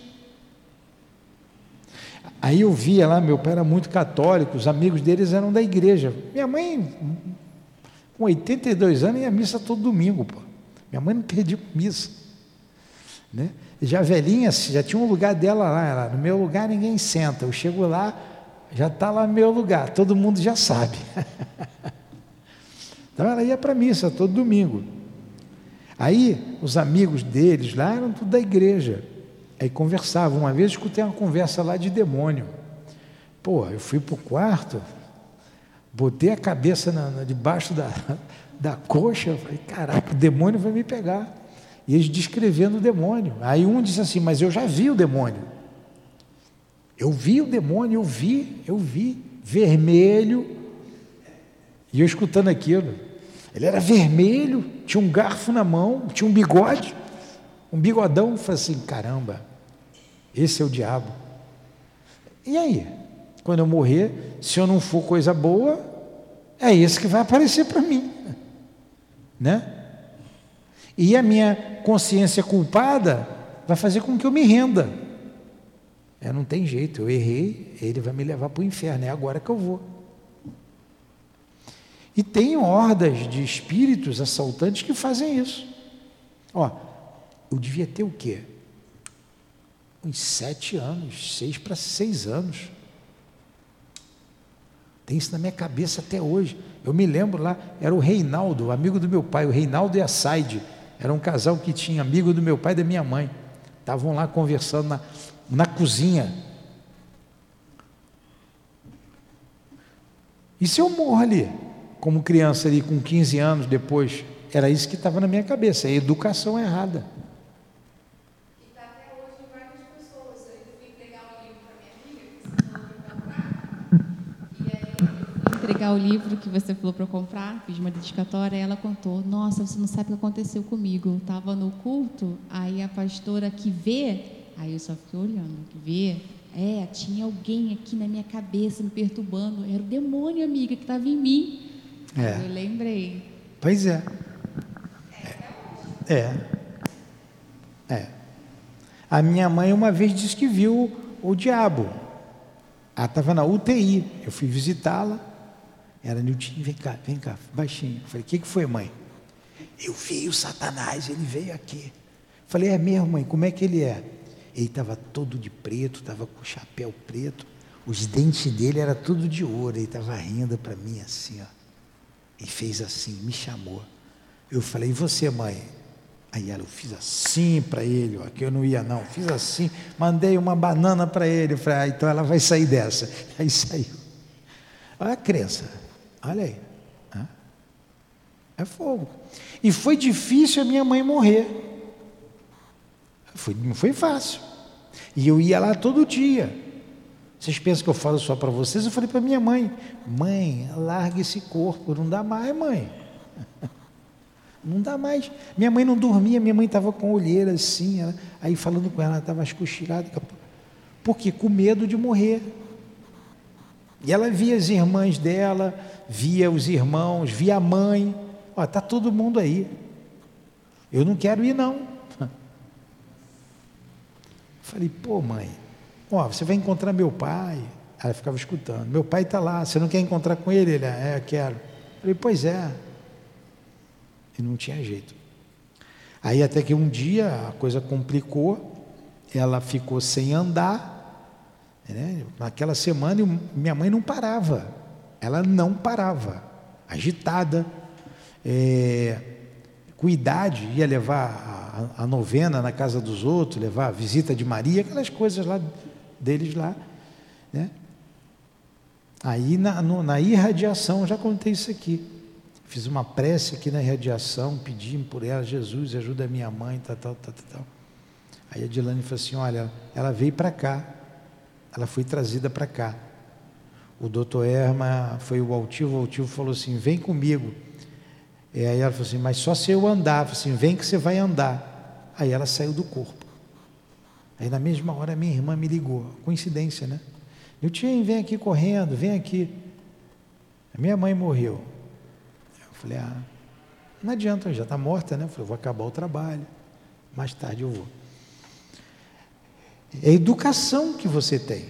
Aí eu via lá, meu pai era muito católico, os amigos deles eram da igreja. Minha mãe, com oitenta e dois anos, ia à missa todo domingo, pô. Minha mãe não perdia missa, né? Já velhinha, já tinha um lugar dela lá, ela, no meu lugar ninguém senta. Eu chego lá, já está lá no meu lugar, todo mundo já sabe. Então ela ia para a missa todo domingo. Aí os amigos deles lá eram tudo da igreja. Aí conversavam. Uma vez eu escutei uma conversa lá de demônio. Pô, eu fui para o quarto, botei a cabeça na, na, debaixo da, da coxa, falei, caraca, o demônio vai me pegar. E eles descrevendo o demônio. Aí um disse assim, mas eu já vi o demônio. Eu vi o demônio, eu vi, eu vi, vermelho. E eu escutando aquilo. Ele era vermelho, tinha um garfo na mão, tinha um bigode, um bigodão. Eu falei assim, caramba, esse é o diabo. E aí? Quando eu morrer, se eu não for coisa boa, é esse que vai aparecer para mim. Né? E a minha consciência culpada vai fazer com que eu me renda. É, não tem jeito, eu errei, ele vai me levar para o inferno, é agora que eu vou. E tem hordas de espíritos assaltantes que fazem isso. Ó, eu devia ter o quê? Uns sete anos, seis para seis anos. Tem isso na minha cabeça até hoje. Eu me lembro lá, era o Reinaldo, amigo do meu pai, o Reinaldo e a Saide. Era um casal que tinha amigo do meu pai e da minha mãe. Estavam lá conversando na, na cozinha. E se eu morro ali, como criança ali com quinze anos depois? Era isso que estava na minha cabeça, a educação errada. E está até hoje em várias pessoas. Eu fui entregar um livro para minha amiga, que você falou para comprar. E aí eu fui entregar o livro que você falou para eu comprar, fiz uma dedicatória, e ela contou, nossa, você não sabe o que aconteceu comigo. Eu estava no culto, aí a pastora que vê, aí eu só fiquei olhando, que vê, é, tinha alguém aqui na minha cabeça me perturbando, era o demônio, amiga, que estava em mim. É. Eu lembrei. Pois é. É. É. A minha mãe uma vez disse que viu o diabo. Ela estava na U T I. Eu fui visitá-la. Era Niltinho, vem cá, vem cá, baixinho. Eu falei, o que, que foi, mãe? Eu vi o Satanás, ele veio aqui. Eu falei, é mesmo, mãe, como é que ele é? Ele estava todo de preto, estava com o chapéu preto. Os dentes dele eram tudo de ouro. Ele estava rindo para mim assim, ó. E fez assim, me chamou. Eu falei, e você, mãe? Aí ela, eu fiz assim para ele, ó, que eu não ia não, fiz assim, mandei uma banana para ele. Eu falei, ah, então ela vai sair dessa. Aí saiu. Olha a crença, olha aí. É fogo. E foi difícil a minha mãe morrer. Foi, não foi fácil. E eu ia lá todo dia. Vocês pensam que eu falo só para vocês? Eu falei para minha mãe, mãe, larga esse corpo, não dá mais, mãe. Não dá mais. Minha mãe não dormia, minha mãe estava com a olheira assim, ela, aí falando com ela, ela estava escochilada. Por quê? Com medo de morrer. E ela via as irmãs dela, via os irmãos, via a mãe. Ó, está todo mundo aí. Eu não quero ir, não. Falei, pô, mãe, ó, você vai encontrar meu pai. Ela ficava escutando. Meu pai está lá, você não quer encontrar com ele? Ele, é, eu quero. Falei, pois é. E não tinha jeito. Aí até que um dia a coisa complicou, ela ficou sem andar, né? Naquela semana minha mãe não parava, ela não parava, agitada, é, com idade, ia levar a, a novena na casa dos outros, levar a visita de Maria, aquelas coisas lá deles lá, né? Aí na, no, na irradiação, já contei isso aqui, fiz uma prece aqui na irradiação, pedi por ela, Jesus, ajuda a minha mãe, tal, tal, tal, tal. Aí a Dilane falou assim, olha, ela veio para cá, ela foi trazida para cá. O doutor Erma foi o altivo, o altivo falou assim, vem comigo. E aí ela falou assim, mas só se eu andar. Eu falei assim, vem que você vai andar. Aí ela saiu do corpo. Aí na mesma hora minha irmã me ligou, coincidência, né? Eu tinha, vem aqui correndo, vem aqui. A minha mãe morreu. Eu falei, ah, não adianta, já está morta, né? Eu falei, vou acabar o trabalho, mais tarde eu vou. É a educação que você tem.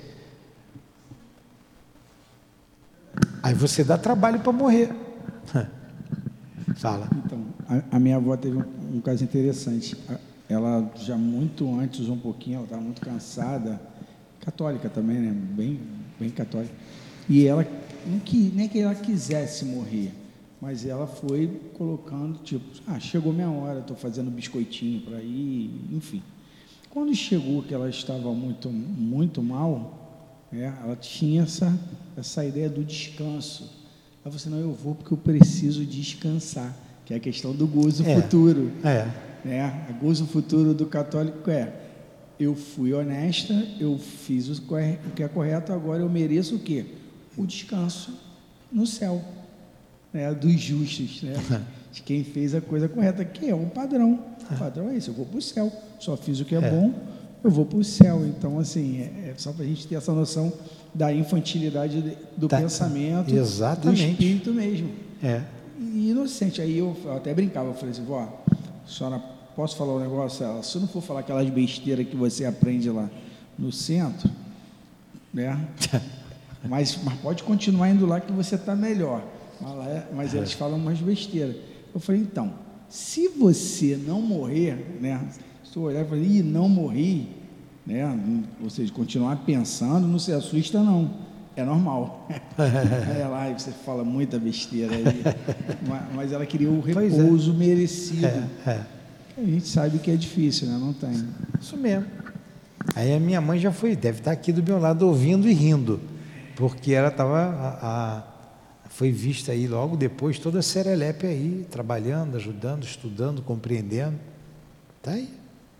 Aí você dá trabalho para morrer. Fala. Então, a, a minha avó teve um, um caso interessante. Ela já muito antes, um pouquinho, ela estava muito cansada, católica também, né? Bem, bem católica. E ela, não que, nem que ela quisesse morrer, mas ela foi colocando, tipo, ah, chegou minha hora, estou fazendo biscoitinho para ir, enfim. Quando chegou que ela estava muito, muito mal, né, ela tinha essa, essa ideia do descanso. Ela falou assim, não, eu vou porque eu preciso descansar, que é a questão do gozo é, futuro. É. né? A gozo futuro do católico é: eu fui honesta, eu fiz o que é correto, agora eu mereço o quê? O descanso no céu, né? Dos justos, né? De quem fez a coisa correta, que é o padrão. O padrão é isso: eu vou para o céu, só fiz o que é, é. bom, eu vou para o céu. Então, assim, é, é só para a gente ter essa noção da infantilidade do tá. pensamento, Exatamente. do espírito mesmo. É. E inocente. Aí eu, eu até brincava, eu falei assim: vó, a senhora, posso falar um negócio? Ela, se eu não for falar aquelas besteiras que você aprende lá no centro, né? mas, mas pode continuar indo lá que você está melhor. Mas, lá é, mas eles falam umas besteiras. Eu falei: então, se você não morrer, né? Se eu olhar e falar: ih, não morri, né? Ou seja, continuar pensando, não se assusta não, é normal. Aí ela, você fala muita besteira aí, mas ela queria o repouso é. merecido. É, é. A gente sabe que é difícil, né? Não tem. Isso mesmo. Aí a minha mãe já foi, deve estar aqui do meu lado ouvindo e rindo, porque ela estava, a, a, foi vista aí logo depois, toda a serelepe aí, trabalhando, ajudando, estudando, compreendendo. Está aí.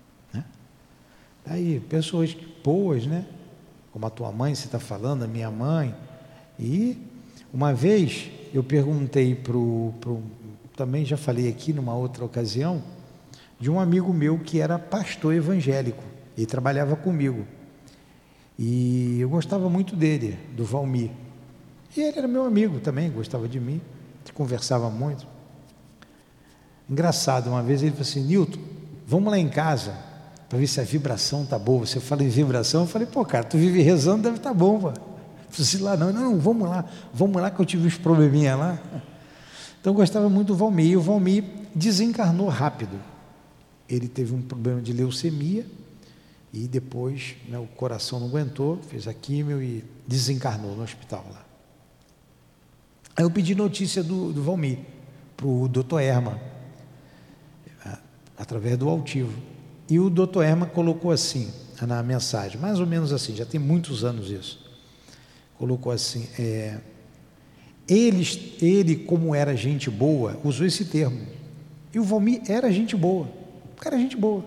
Aí, pessoas boas, né? Como a tua mãe, você está falando, a minha mãe. E uma vez eu perguntei para o. Também já falei aqui numa outra ocasião, de um amigo meu que era pastor evangélico e trabalhava comigo. E eu gostava muito dele, do Valmir. E ele era meu amigo também, gostava de mim, conversava muito. Engraçado, uma vez ele falou assim: Nilton, vamos lá em casa para ver se a vibração tá boa. Você fala em vibração, eu falei: pô, cara, tu vive rezando, deve estar tá bom, pô. Não lá, não, não, vamos lá, vamos lá que eu tive uns probleminha lá. Então eu gostava muito do Valmir, e o Valmir desencarnou rápido. Ele teve um problema de leucemia e depois, né, o coração não aguentou, fez a químio e desencarnou no hospital lá. Aí eu pedi notícia do, do Valmir para o doutor Erma, através do altivo. E o doutor Erma colocou assim, na mensagem, mais ou menos assim, já tem muitos anos isso, colocou assim, é, eles, ele, como era gente boa, usou esse termo, e o Valmir era gente boa, o cara era gente boa.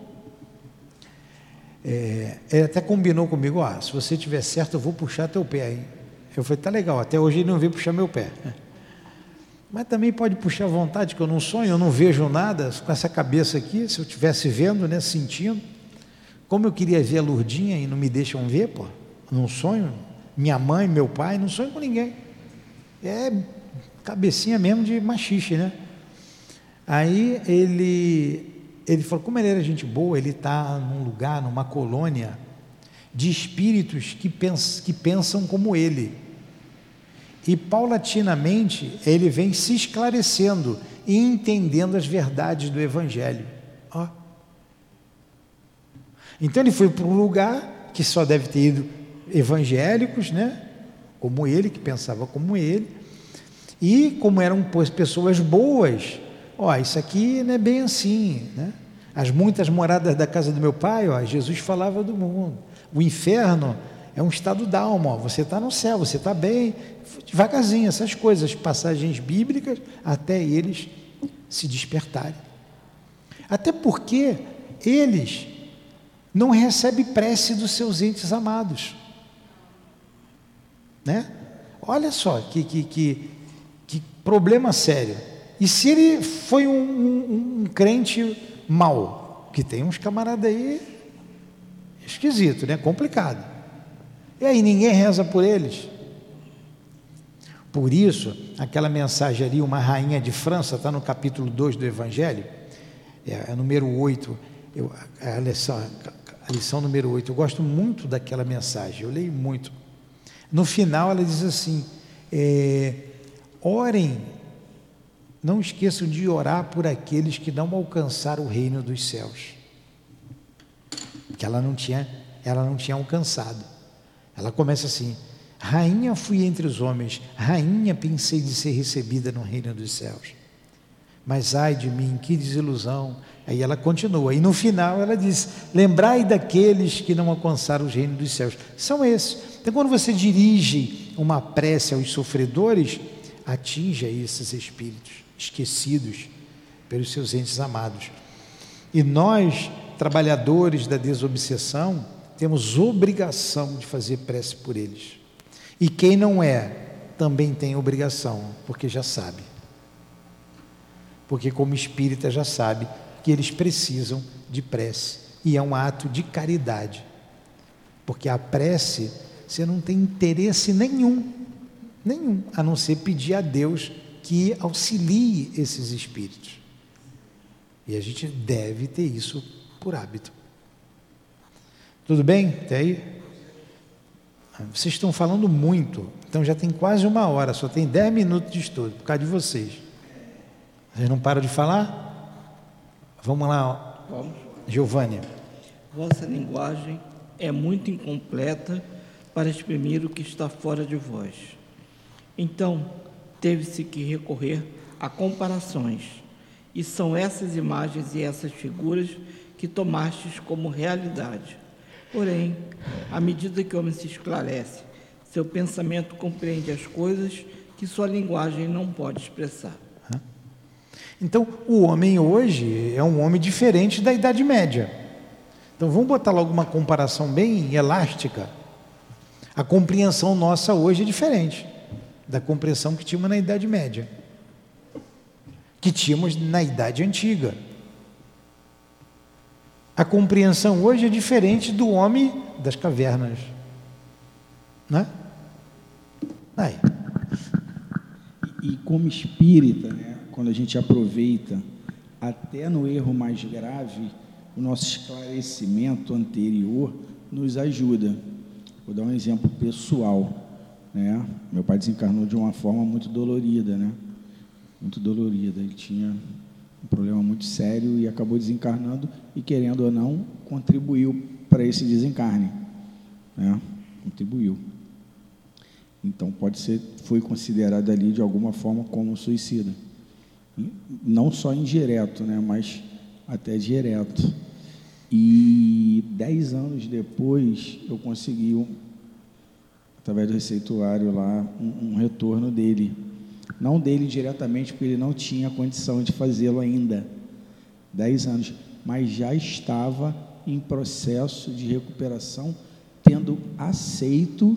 É, ele até combinou comigo: ah, se você tiver certo, eu vou puxar teu pé, hein? Eu falei: tá legal, até hoje ele não veio puxar meu pé. Mas também pode puxar à vontade, que eu não sonho, eu não vejo nada, com essa cabeça aqui, se eu estivesse vendo, né, sentindo, como eu queria ver a Lourdinha e não me deixam ver, pô, não sonho, minha mãe, meu pai, não sonho com ninguém, é cabecinha mesmo de machixe, né? Aí ele, ele falou, como ele era gente boa, ele está num lugar, numa colônia de espíritos que, pens, que pensam como ele. E paulatinamente ele vem se esclarecendo e entendendo as verdades do Evangelho. Ó. Então ele foi para um lugar que só deve ter ido evangélicos, né? Como ele, que pensava como ele, e como eram pois, pessoas boas, ó, isso aqui não é bem assim, né? As muitas moradas da casa do meu pai, ó, Jesus falava do mundo. O inferno é um estado d'alma, ó, você está no céu, você está bem, devagarzinho, essas coisas, passagens bíblicas, até eles se despertarem. Até porque eles não recebem prece dos seus entes amados, né? Olha só que, que, que, que problema sério. E se ele foi um, um, um crente mau, que tem uns camaradas aí esquisito, né? Complicado. E aí ninguém reza por eles. Por isso, aquela mensagem ali, uma rainha de França, está no capítulo dois do Evangelho, é, é número oito, eu, a, lição, a lição número oito, eu gosto muito daquela mensagem, eu leio muito. No final ela diz assim, é, orem, não esqueçam de orar por aqueles que não alcançaram o reino dos céus, que ela não tinha, ela não tinha alcançado. Ela começa assim, rainha fui entre os homens, rainha pensei de ser recebida no reino dos céus, mas ai de mim, que desilusão. Aí ela continua, e no final ela diz, lembrai daqueles que não alcançaram o reino dos céus, são esses. Então quando você dirige uma prece aos sofredores, atinja esses espíritos esquecidos pelos seus entes amados. E nós, trabalhadores da desobsessão, temos obrigação de fazer prece por eles. E quem não é, também tem obrigação, porque já sabe. Porque como espírita já sabe que eles precisam de prece. E é um ato de caridade. Porque a prece, você não tem interesse nenhum, nenhum, a não ser pedir a Deus que auxilie esses espíritos. E a gente deve ter isso por hábito. Tudo bem? Até aí? Vocês estão falando muito, então já tem quase uma hora, só tem dez minutos de estudo, por causa de vocês. Vocês não param de falar? Vamos lá, Vamos. Giovânia. Vossa linguagem é muito incompleta para exprimir o que está fora de vós. Então, teve-se que recorrer a comparações, e são essas imagens e essas figuras que tomastes como realidade. Porém, à medida que o homem se esclarece, seu pensamento compreende as coisas que sua linguagem não pode expressar. Então, o homem hoje é um homem diferente da Idade Média. Então, vamos botar logo uma comparação bem elástica. A compreensão nossa hoje é diferente da compreensão que tínhamos na Idade Média, que tínhamos na Idade Antiga. A compreensão hoje é diferente do homem das cavernas, né? Aí. E, e como espírita, né, quando a gente aproveita, até no erro mais grave, o nosso esclarecimento anterior nos ajuda. Vou dar um exemplo pessoal, né? Meu pai desencarnou de uma forma muito dolorida, né? Muito dolorida. Ele tinha um problema muito sério e acabou desencarnando e, querendo ou não, contribuiu para esse desencarne, né? Contribuiu. Então, pode ser, foi considerado ali de alguma forma como suicida. Não só indireto, né? Mas até direto. E dez anos depois, eu consegui, um, através do receituário lá, um, um retorno dele. Não dele diretamente, porque ele não tinha condição de fazê-lo ainda. Dez anos. Mas já estava em processo de recuperação, tendo aceito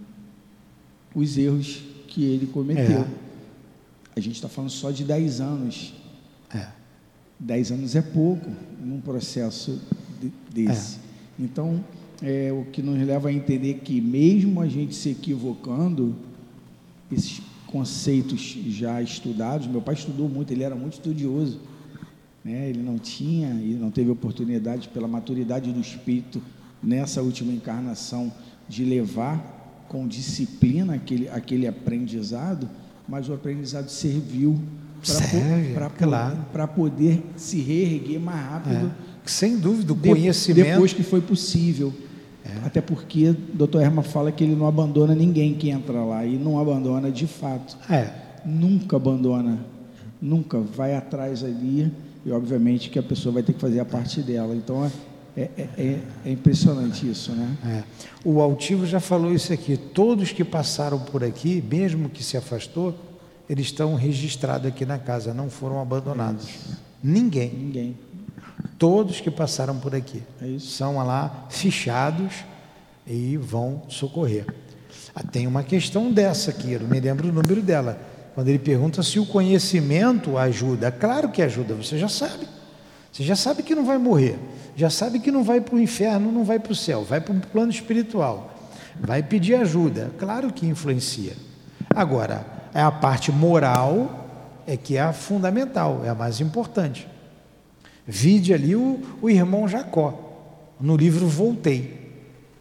os erros que ele cometeu. É. A gente está falando só de dez anos. É. Dez anos é pouco num processo de, desse. É. Então, é, o que nos leva a entender que, mesmo a gente se equivocando, esses conceitos já estudados, meu pai estudou muito, ele era muito estudioso, né? Ele não tinha, e não teve oportunidade, pela maturidade do espírito, nessa última encarnação, de levar com disciplina aquele, aquele aprendizado, mas o aprendizado serviu para claro. para poder se reerguer mais rápido. É. Sem dúvida, o de, conhecimento... Depois que foi possível. É. Até porque o doutor Herman fala que ele não abandona ninguém que entra lá, e não abandona de fato. É. Nunca abandona, nunca vai atrás ali, e obviamente que a pessoa vai ter que fazer a parte dela. Então é, é, é, é impressionante isso, né? É. O Altivo já falou isso aqui, todos que passaram por aqui, mesmo que se afastou, eles estão registrados aqui na casa, não foram abandonados. É Ninguém. Ninguém. Todos que passaram por aqui é isso. são lá fichados e vão socorrer. Ah, tem uma questão dessa aqui, eu não me lembro o número dela, quando ele pergunta se o conhecimento ajuda. Claro que ajuda, você já sabe. Você já sabe que não vai morrer, já sabe que não vai para o inferno, não vai para o céu, vai para o plano espiritual, vai pedir ajuda. Claro que influencia. Agora, é a parte moral é que é a fundamental, é a mais importante. Vide ali o, o irmão Jacó, no livro Voltei.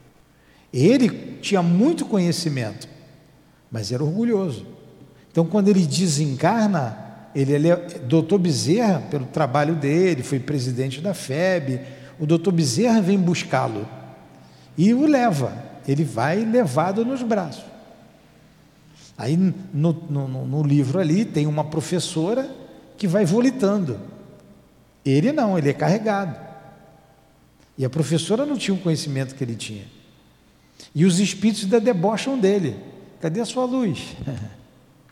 Ele tinha muito conhecimento, mas era orgulhoso. Então, quando ele desencarna, ele, ele é doutor Bezerra, pelo trabalho dele, foi presidente da F E B, o doutor Bezerra vem buscá-lo e o leva, ele vai levado nos braços. Aí no, no, no livro ali tem uma professora que vai volitando. Ele não, ele é carregado. E a professora não tinha o conhecimento que ele tinha. E os espíritos ainda debocham dele. Cadê a sua luz?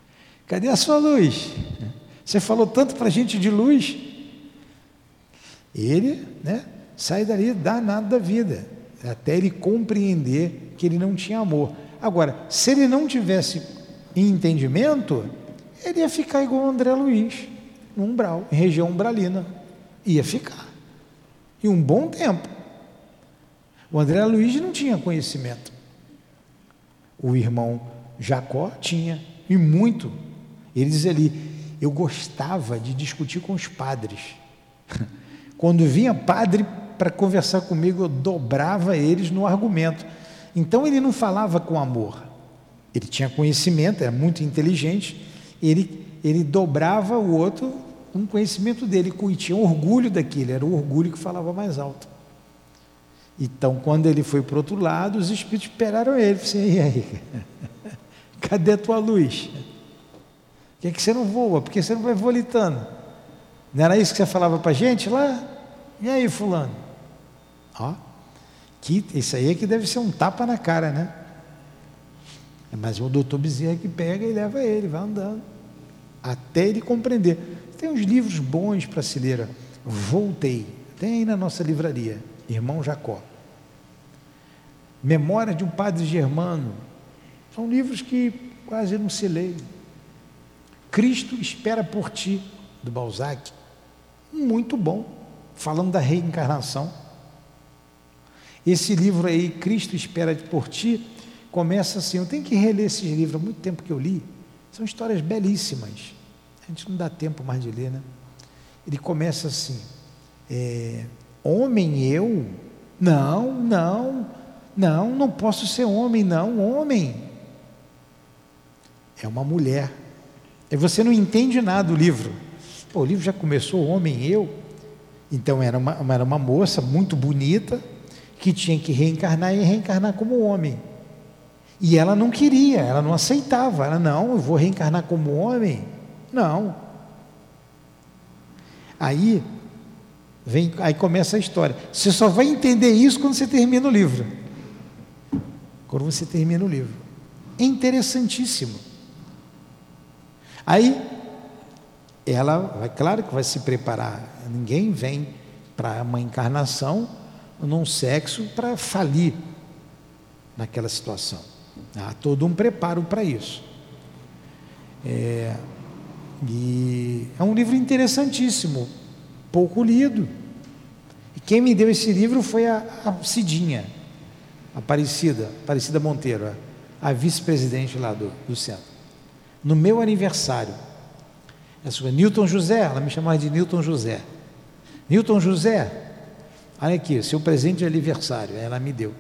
Cadê a sua luz? Você falou tanto para a gente de luz. Ele, né, sai dali danado da vida, até ele compreender que ele não tinha amor. Agora, se ele não tivesse entendimento, ele ia ficar igual o André Luiz, no umbral, em região umbralina. Ia ficar. E um bom tempo. O André Luiz não tinha conhecimento. O irmão Jacó tinha, e muito. Ele diz ali, eu gostava de discutir com os padres. Quando vinha padre para conversar comigo, eu dobrava eles no argumento. Então ele não falava com amor. Ele tinha conhecimento, era muito inteligente, ele, ele dobrava o outro com o conhecimento dele, e tinha orgulho daquilo, era o orgulho que falava mais alto. Então, quando ele foi para o outro lado, os espíritos esperaram ele, disse, e aí? Cadê a tua luz? Por que, é que você não voa? Por que você não vai volitando? Não era isso que você falava para a gente lá? E aí, fulano? Ó, que, isso aí é que deve ser um tapa na cara, né? Mas o doutor Bezerra que pega e leva ele, vai andando, até ele compreender. Tem uns livros bons para se ler. Voltei, tem aí na nossa livraria, Irmão Jacó. Memória de um Padre Germano. São livros que quase não se leem. Cristo Espera por Ti, do Balzac. Muito bom, falando da reencarnação. Esse livro aí, Cristo Espera por Ti, começa assim, eu tenho que reler esses livros, há muito tempo que eu li, são histórias belíssimas, a gente não dá tempo mais de ler, né? Ele começa assim, é, homem eu? Não, não, não, não posso ser homem, não, homem é uma mulher. E você não entende nada do livro. Pô, o livro já começou, homem eu? Então era uma, era uma moça muito bonita, que tinha que reencarnar e reencarnar como homem. E ela não queria, ela não aceitava. Ela, não, eu vou reencarnar como homem? Não. Aí, vem, aí começa a história. Você só vai entender isso quando você termina o livro. Quando você termina o livro. Interessantíssimo. Aí, ela, vai, claro que vai se preparar. Ninguém vem para uma encarnação num sexo para falir naquela situação. Há todo um preparo para isso. É, e é um livro interessantíssimo, pouco lido. E quem me deu esse livro foi a, a Cidinha, a Aparecida, Aparecida Monteiro, a, a vice-presidente lá do, do centro. No meu aniversário, essa Newton José, ela me chamava de Newton José. Newton José, olha aqui, seu presente de aniversário, ela me deu.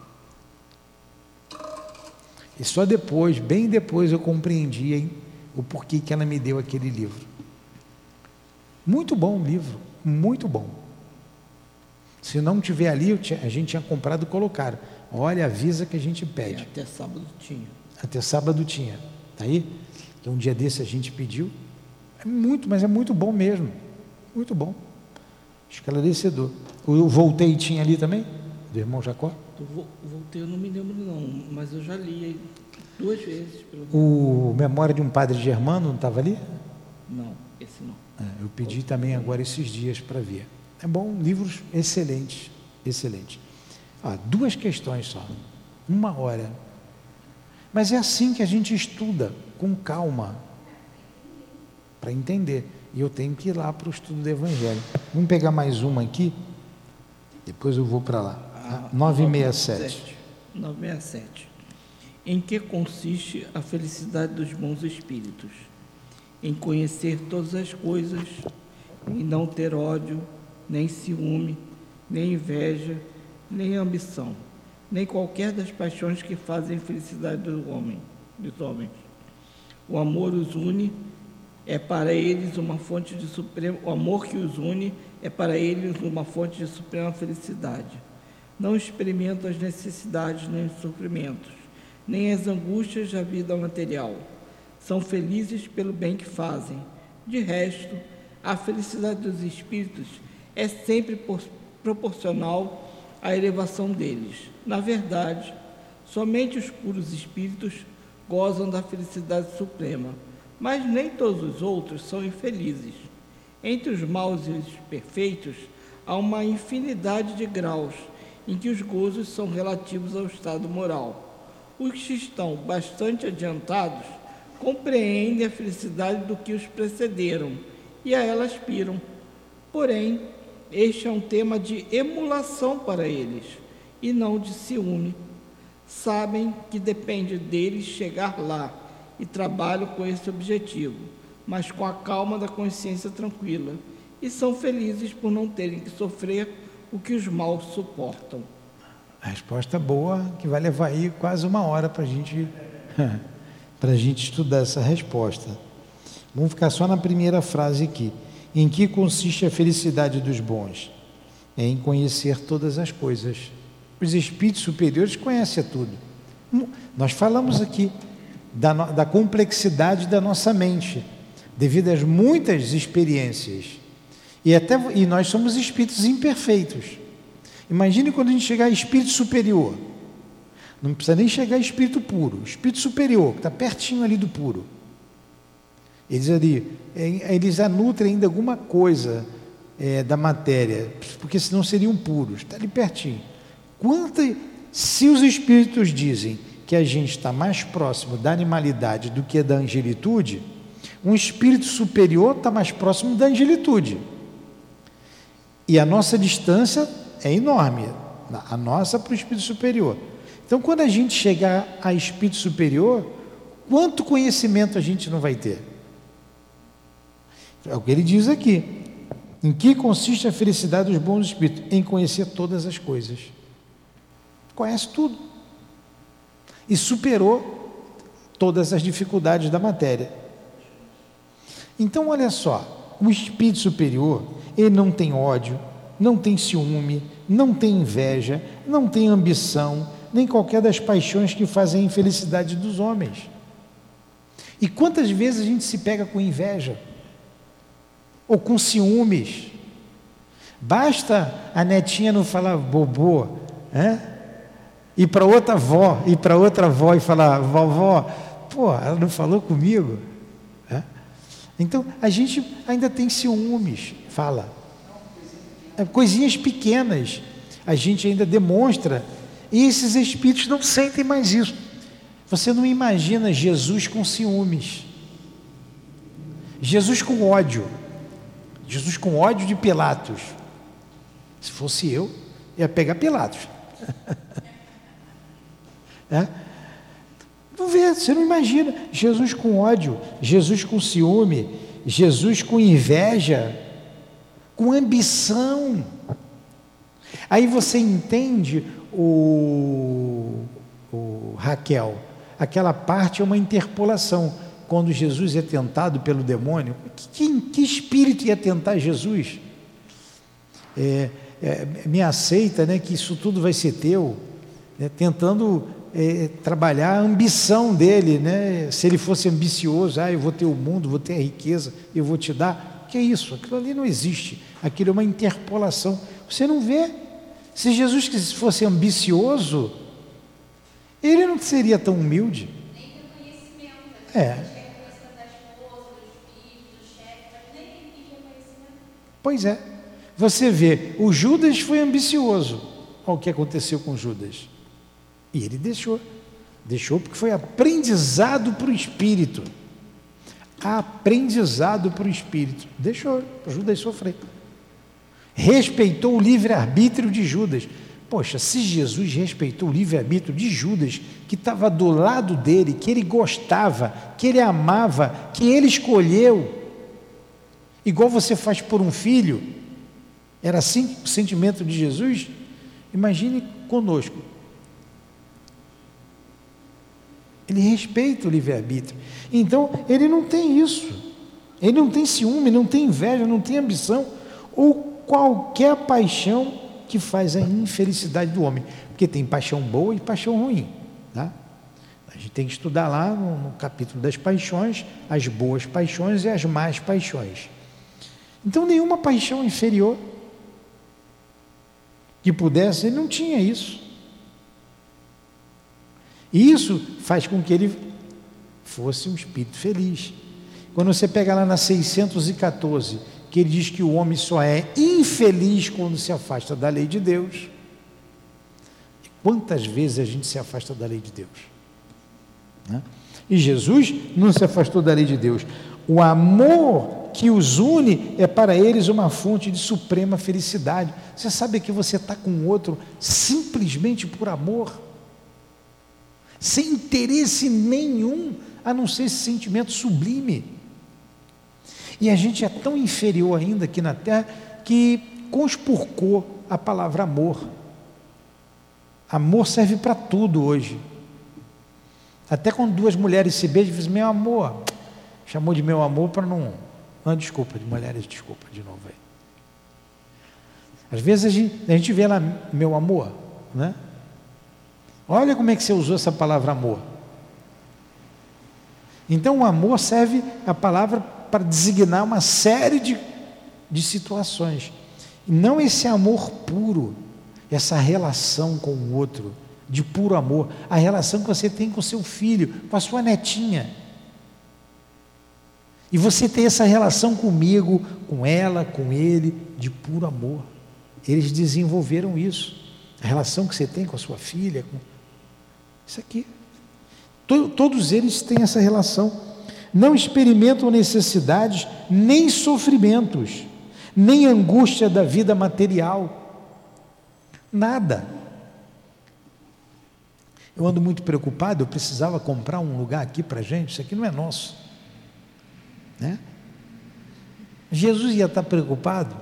E só depois, bem depois, eu compreendi, hein, o porquê que ela me deu aquele livro. Muito bom o livro, muito bom. Se não tiver ali, eu tinha, a gente tinha comprado e colocado. Olha, avisa que a gente pede. É, até sábado tinha. Até sábado tinha. Tá aí? Que um dia desse a gente pediu. É muito, mas é muito bom mesmo. Muito bom. Esclarecedor. O Voltei tinha ali também? Do irmão Jacó? Eu voltei, eu não me lembro não, mas eu já li duas vezes. Pelo o Memória de um Padre Germano não estava ali? Não, esse não. É, eu pedi também agora esses dias para ver. É bom, livros excelentes, excelentes. Ah, duas questões só, uma hora. Mas é assim que a gente estuda, com calma, para entender. E eu tenho que ir lá para o estudo do Evangelho. Vamos pegar mais uma aqui, depois eu vou para lá. nove sessenta e sete. nove sessenta e sete. Em que consiste a felicidade dos bons espíritos? Em conhecer todas as coisas, em não ter ódio, nem ciúme, nem inveja, nem ambição, nem qualquer das paixões que fazem a felicidade do homem, dos homens. O amor os une, é para eles uma fonte de suprema, o amor que os une é para eles uma fonte de suprema felicidade. Não experimentam as necessidades nem os sofrimentos, nem as angústias da vida material. São felizes pelo bem que fazem. De resto, a felicidade dos espíritos é sempre por, proporcional à elevação deles. Na verdade, somente os puros espíritos gozam da felicidade suprema, mas nem todos os outros são infelizes. Entre os maus e os perfeitos, há uma infinidade de graus em que os gozos são relativos ao estado moral. Os que estão bastante adiantados compreendem a felicidade do que os precederam e a ela aspiram. Porém, este é um tema de emulação para eles e não de ciúme. Sabem que depende deles chegar lá e trabalham com esse objetivo, mas com a calma da consciência tranquila, e são felizes por não terem que sofrer o que os maus suportam. A resposta boa, que vai levar aí quase uma hora para a gente, para gente estudar essa resposta. Vamos ficar só na primeira frase aqui. Em que consiste a felicidade dos bons? É em conhecer todas as coisas. Os espíritos superiores conhecem tudo. Nós falamos aqui da, da complexidade da nossa mente, devido às muitas experiências. E, até, e nós somos espíritos imperfeitos. Imagine quando a gente chegar a espírito superior. Não precisa nem chegar a espírito puro. Espírito superior, que está pertinho ali do puro. Eles ali, eles nutrem ainda alguma coisa é, da matéria, porque senão seriam puros. Está ali pertinho. Quanta, se os espíritos dizem que a gente está mais próximo da animalidade do que da angelitude, um espírito superior está mais próximo da angelitude. E a nossa distância é enorme, a nossa para o espírito superior. Então, quando a gente chegar a espírito superior, quanto conhecimento a gente não vai ter? É o que ele diz aqui. Em que consiste a felicidade dos bons espíritos? Em conhecer todas as coisas. Conhece tudo. E superou todas as dificuldades da matéria. Então, olha só, o espírito superior, ele não tem ódio, não tem ciúme, não tem inveja, não tem ambição, nem qualquer das paixões que fazem a infelicidade dos homens. E quantas vezes a gente se pega com inveja? Ou com ciúmes? Basta a netinha não falar bobô, né? Ir para outra avó, ir para outra avó e falar, vovó, pô, ela não falou comigo? É? Então, a gente ainda tem ciúmes, fala. É, coisinhas pequenas, a gente ainda demonstra, e esses espíritos não sentem mais isso. Você não imagina Jesus com ciúmes, Jesus com ódio, Jesus com ódio de Pilatos. Se fosse eu, ia pegar Pilatos. É? Vamos ver, você não imagina Jesus com ódio, Jesus com ciúme, Jesus com inveja, com ambição. Aí você entende o, o Raquel, aquela parte é uma interpolação. Quando Jesus é tentado pelo demônio, que, que espírito ia tentar Jesus? É, é, me aceita, né, que isso tudo vai ser teu, né, tentando é, trabalhar a ambição dele, né? Se ele fosse ambicioso, ah, eu vou ter o mundo, vou ter a riqueza, eu vou te dar. Que é isso? Aquilo ali não existe. Aquilo é uma interpolação. Você não vê? Se Jesus fosse ambicioso, ele não seria tão humilde. Nem reconhecimento. É. Pois é. Você vê, o Judas foi ambicioso. Olha o que aconteceu com Judas. E ele deixou. Deixou porque foi aprendizado para o Espírito. Aprendizado para o Espírito. Deixou Judas sofrer. Respeitou o livre-arbítrio de Judas. Poxa, se Jesus respeitou o livre-arbítrio de Judas, que estava do lado dele, que ele gostava, que ele amava, que ele escolheu, igual você faz por um filho, era assim o sentimento de Jesus? Imagine conosco. Ele respeita o livre-arbítrio. Então, ele não tem isso. Ele não tem ciúme, não tem inveja, não tem ambição, ou qualquer paixão que faz a infelicidade do homem. Porque tem paixão boa e paixão ruim. Tá? A gente tem que estudar lá no, no capítulo das paixões, as boas paixões e as más paixões. Então, nenhuma paixão inferior que pudesse, ele não tinha isso. E isso faz com que ele fosse um espírito feliz. Quando você pega lá na seiscentos e quatorze, que ele diz que o homem só é infeliz quando se afasta da lei de Deus. E quantas vezes a gente se afasta da lei de Deus, né? E Jesus não se afastou da lei de Deus. O amor que os une é para eles uma fonte de suprema felicidade. Você sabe que você está com o outro simplesmente por amor, sem interesse nenhum, a não ser esse sentimento sublime. E a gente é tão inferior ainda aqui na Terra que conspurcou a palavra amor. Amor serve para tudo hoje. Até quando duas mulheres se beijam, diz meu amor, chamou de meu amor para não... Não, desculpa, de mulheres, desculpa, de novo aí. Às vezes a gente, a gente vê lá, meu amor, né? Olha como é que você usou essa palavra amor. Então o amor serve a palavra para designar uma série de, de situações. E não esse amor puro, essa relação com o outro, de puro amor, a relação que você tem com seu filho, com a sua netinha. E você tem essa relação comigo, com ela, com ele, de puro amor. Eles desenvolveram isso. A relação que você tem com a sua filha, com... isso aqui. Todos eles têm essa relação. Não experimentam necessidades, nem sofrimentos, nem angústia da vida material. Nada. Eu ando muito preocupado, eu precisava comprar um lugar aqui para a gente, isso aqui não é nosso, né? Jesus ia estar preocupado?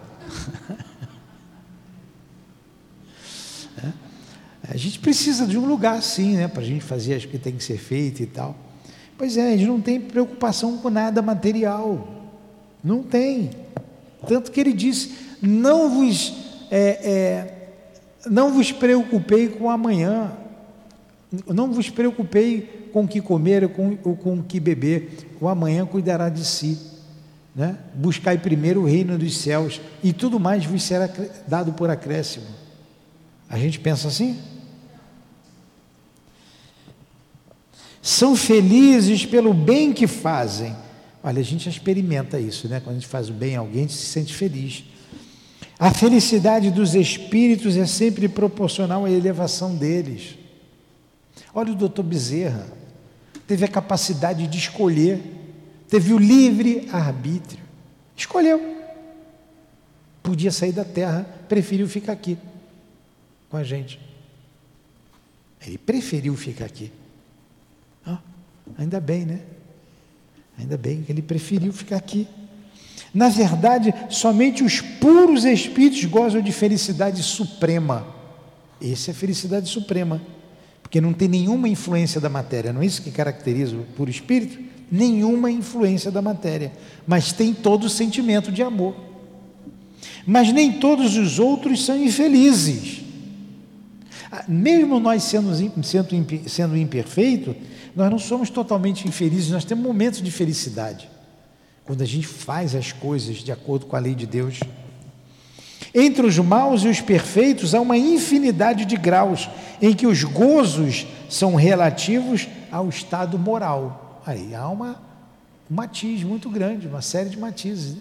É. A gente precisa de um lugar assim, né, para a gente fazer as que tem que ser feito e tal. Pois é, a gente não tem preocupação com nada material, não tem. Tanto que ele disse, não vos, é, é, não vos preocupei com amanhã, não vos preocupei com o que comer ou com, ou com o que beber, o amanhã cuidará de si, né? Buscai primeiro o reino dos céus e tudo mais vos será dado por acréscimo. A gente pensa assim? São felizes pelo bem que fazem. Olha, a gente experimenta isso, né? Quando a gente faz o bem a alguém, a gente se sente feliz. A felicidade dos espíritos é sempre proporcional à elevação deles. Olha o doutor Bezerra, teve a capacidade de escolher, teve o livre arbítrio, escolheu, podia sair da terra, preferiu ficar aqui com a gente, ele preferiu ficar aqui, ah, ainda bem, né? Ainda bem que ele preferiu ficar aqui. Na verdade, somente os puros espíritos gozam de felicidade suprema. Essa é a felicidade suprema, porque não tem nenhuma influência da matéria, não é isso que caracteriza o puro espírito? Nenhuma influência da matéria, mas tem todo o sentimento de amor. Mas nem todos os outros são infelizes. Mesmo nós sendo, sendo, sendo imperfeitos, nós não somos totalmente infelizes, nós temos momentos de felicidade, quando a gente faz as coisas de acordo com a lei de Deus. Entre os maus e os perfeitos há uma infinidade de graus, em que os gozos são relativos ao estado moral. Aí há uma, um matiz muito grande, uma série de matizes, né?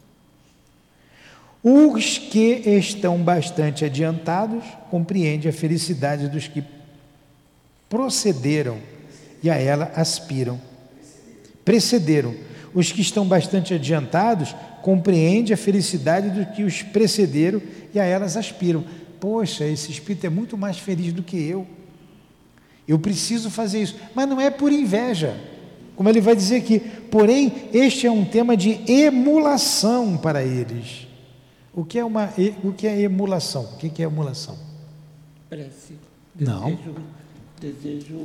Os que estão bastante adiantados compreendem a felicidade dos que procederam e a ela aspiram. Precederam. Os que estão bastante adiantados compreendem a felicidade dos que os precederam e a elas aspiram. Poxa, esse espírito é muito mais feliz do que eu. Eu preciso fazer isso. Mas não é por inveja. Como ele vai dizer aqui. Porém, este é um tema de emulação para eles. O que é, uma, o que é emulação? O que é emulação? Prece. Não. Desejo. Desejo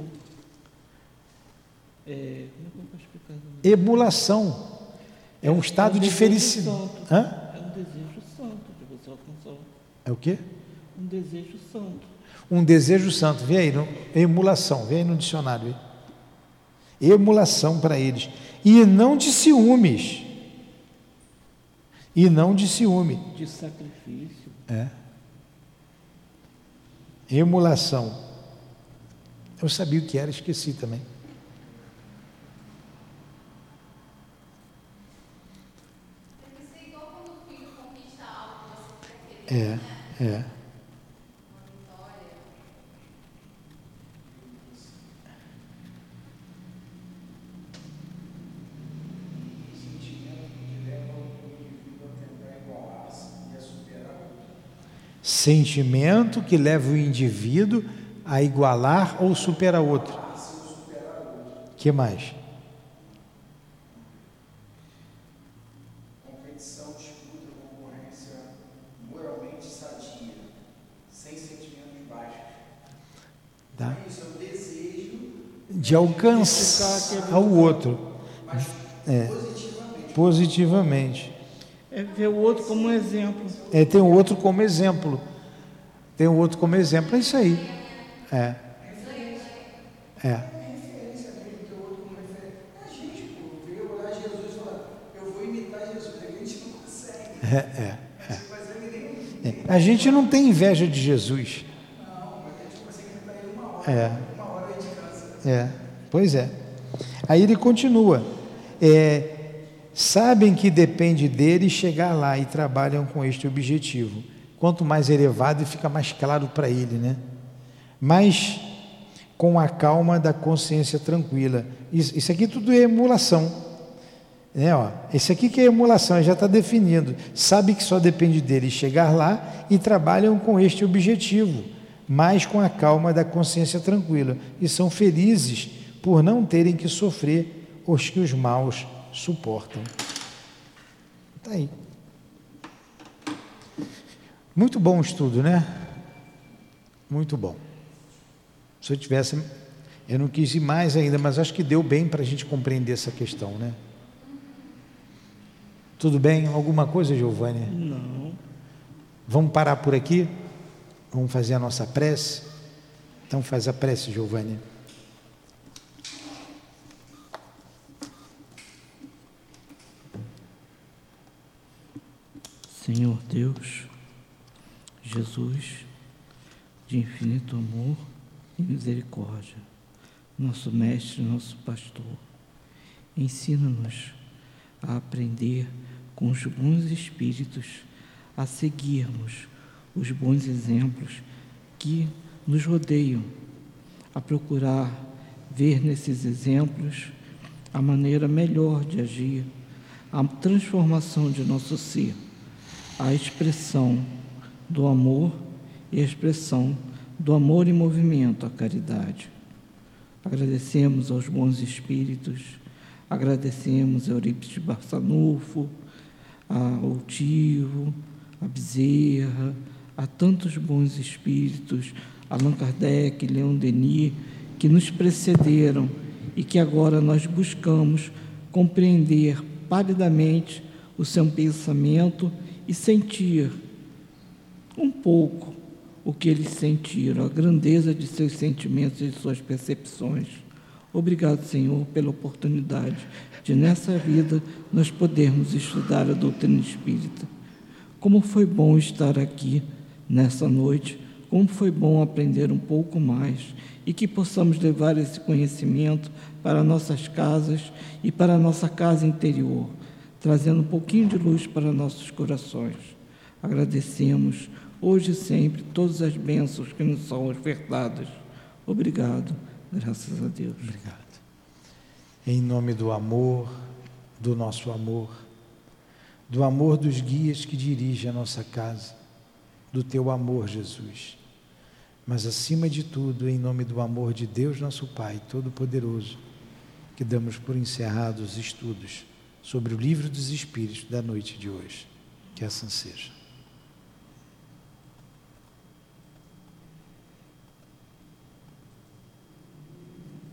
é, como é que eu posso explicar? Emulação. É um estado é um de felicidade. Hã? É um desejo santo de você alcançar. É o quê? Um desejo santo. Um desejo santo. Vê aí, no, emulação. Vê aí no dicionário. Vê. Emulação para eles. E não de ciúmes. E não de ciúme. De sacrifício. É. Emulação. Eu sabia o que era, esqueci também. Deve ser igual quando É, é. Sentimento que leva o indivíduo a igualar ou superar outro. O que mais? Competição, disputa, concorrência moralmente sadia, sem sentimentos baixos. Tá? Isso é o desejo De alcançar o outro. mas É, positivamente. positivamente. É ver o outro como um exemplo. É, tem o outro como exemplo. Tem o outro como exemplo. É isso aí. É. É. Referência mesmo, ter o outro como referência. A gente, pô, veio olhar Jesus e falar, eu vou imitar Jesus, a gente não consegue. É, é, é. Fazer nem, é. A gente não tem inveja de Jesus. Não, mas a gente consegue imitar ele uma hora. É. Uma hora de cansa. É. Pois é. Aí ele continua. É, sabem que depende dele chegar lá e trabalham com este objetivo. Quanto mais elevado, fica mais claro para ele, né? Mas com a calma da consciência tranquila. Isso, isso aqui tudo é emulação. É, ó, esse aqui que é emulação, já está definindo. Sabe que só depende dele chegar lá e trabalham com este objetivo, mas com a calma da consciência tranquila. E são felizes por não terem que sofrer os que os maus suportam. Está aí. Muito bom o estudo, né? Muito bom. Se eu tivesse, eu não quis ir mais ainda, mas acho que deu bem para a gente compreender essa questão, né? Tudo bem? Alguma coisa, Giovânia? Não. Vamos parar por aqui? Vamos fazer a nossa prece? Então faz a prece, Giovânia. Senhor Deus, Jesus, de infinito amor e misericórdia, nosso mestre, nosso pastor, ensina-nos a aprender com os bons espíritos, a seguirmos os bons exemplos que nos rodeiam, a procurar ver nesses exemplos a maneira melhor de agir, a transformação de nosso ser, a expressão do amor e a expressão do amor em movimento, a caridade. Agradecemos aos bons espíritos, agradecemos a Eurípides Barçanufo, ao Tio, a Bezerra, a tantos bons espíritos, Allan Kardec, Leon Denis, que nos precederam e que agora nós buscamos compreender palidamente o seu pensamento e sentir um pouco o que eles sentiram, a grandeza de seus sentimentos e de suas percepções. Obrigado, Senhor, pela oportunidade de, nessa vida, nós podermos estudar a doutrina espírita. Como foi bom estar aqui nessa noite, como foi bom aprender um pouco mais e que possamos levar esse conhecimento para nossas casas e para a nossa casa interior, trazendo um pouquinho de luz para nossos corações. Agradecemos hoje e sempre todas as bênçãos que nos são ofertadas. Obrigado, graças a Deus. Obrigado. Em nome do amor, do nosso amor, do amor dos guias que dirigem a nossa casa, do teu amor, Jesus, mas acima de tudo, em nome do amor de Deus, nosso Pai Todo-Poderoso, que damos por encerrados os estudos sobre o Livro dos Espíritos da noite de hoje. Que assim seja.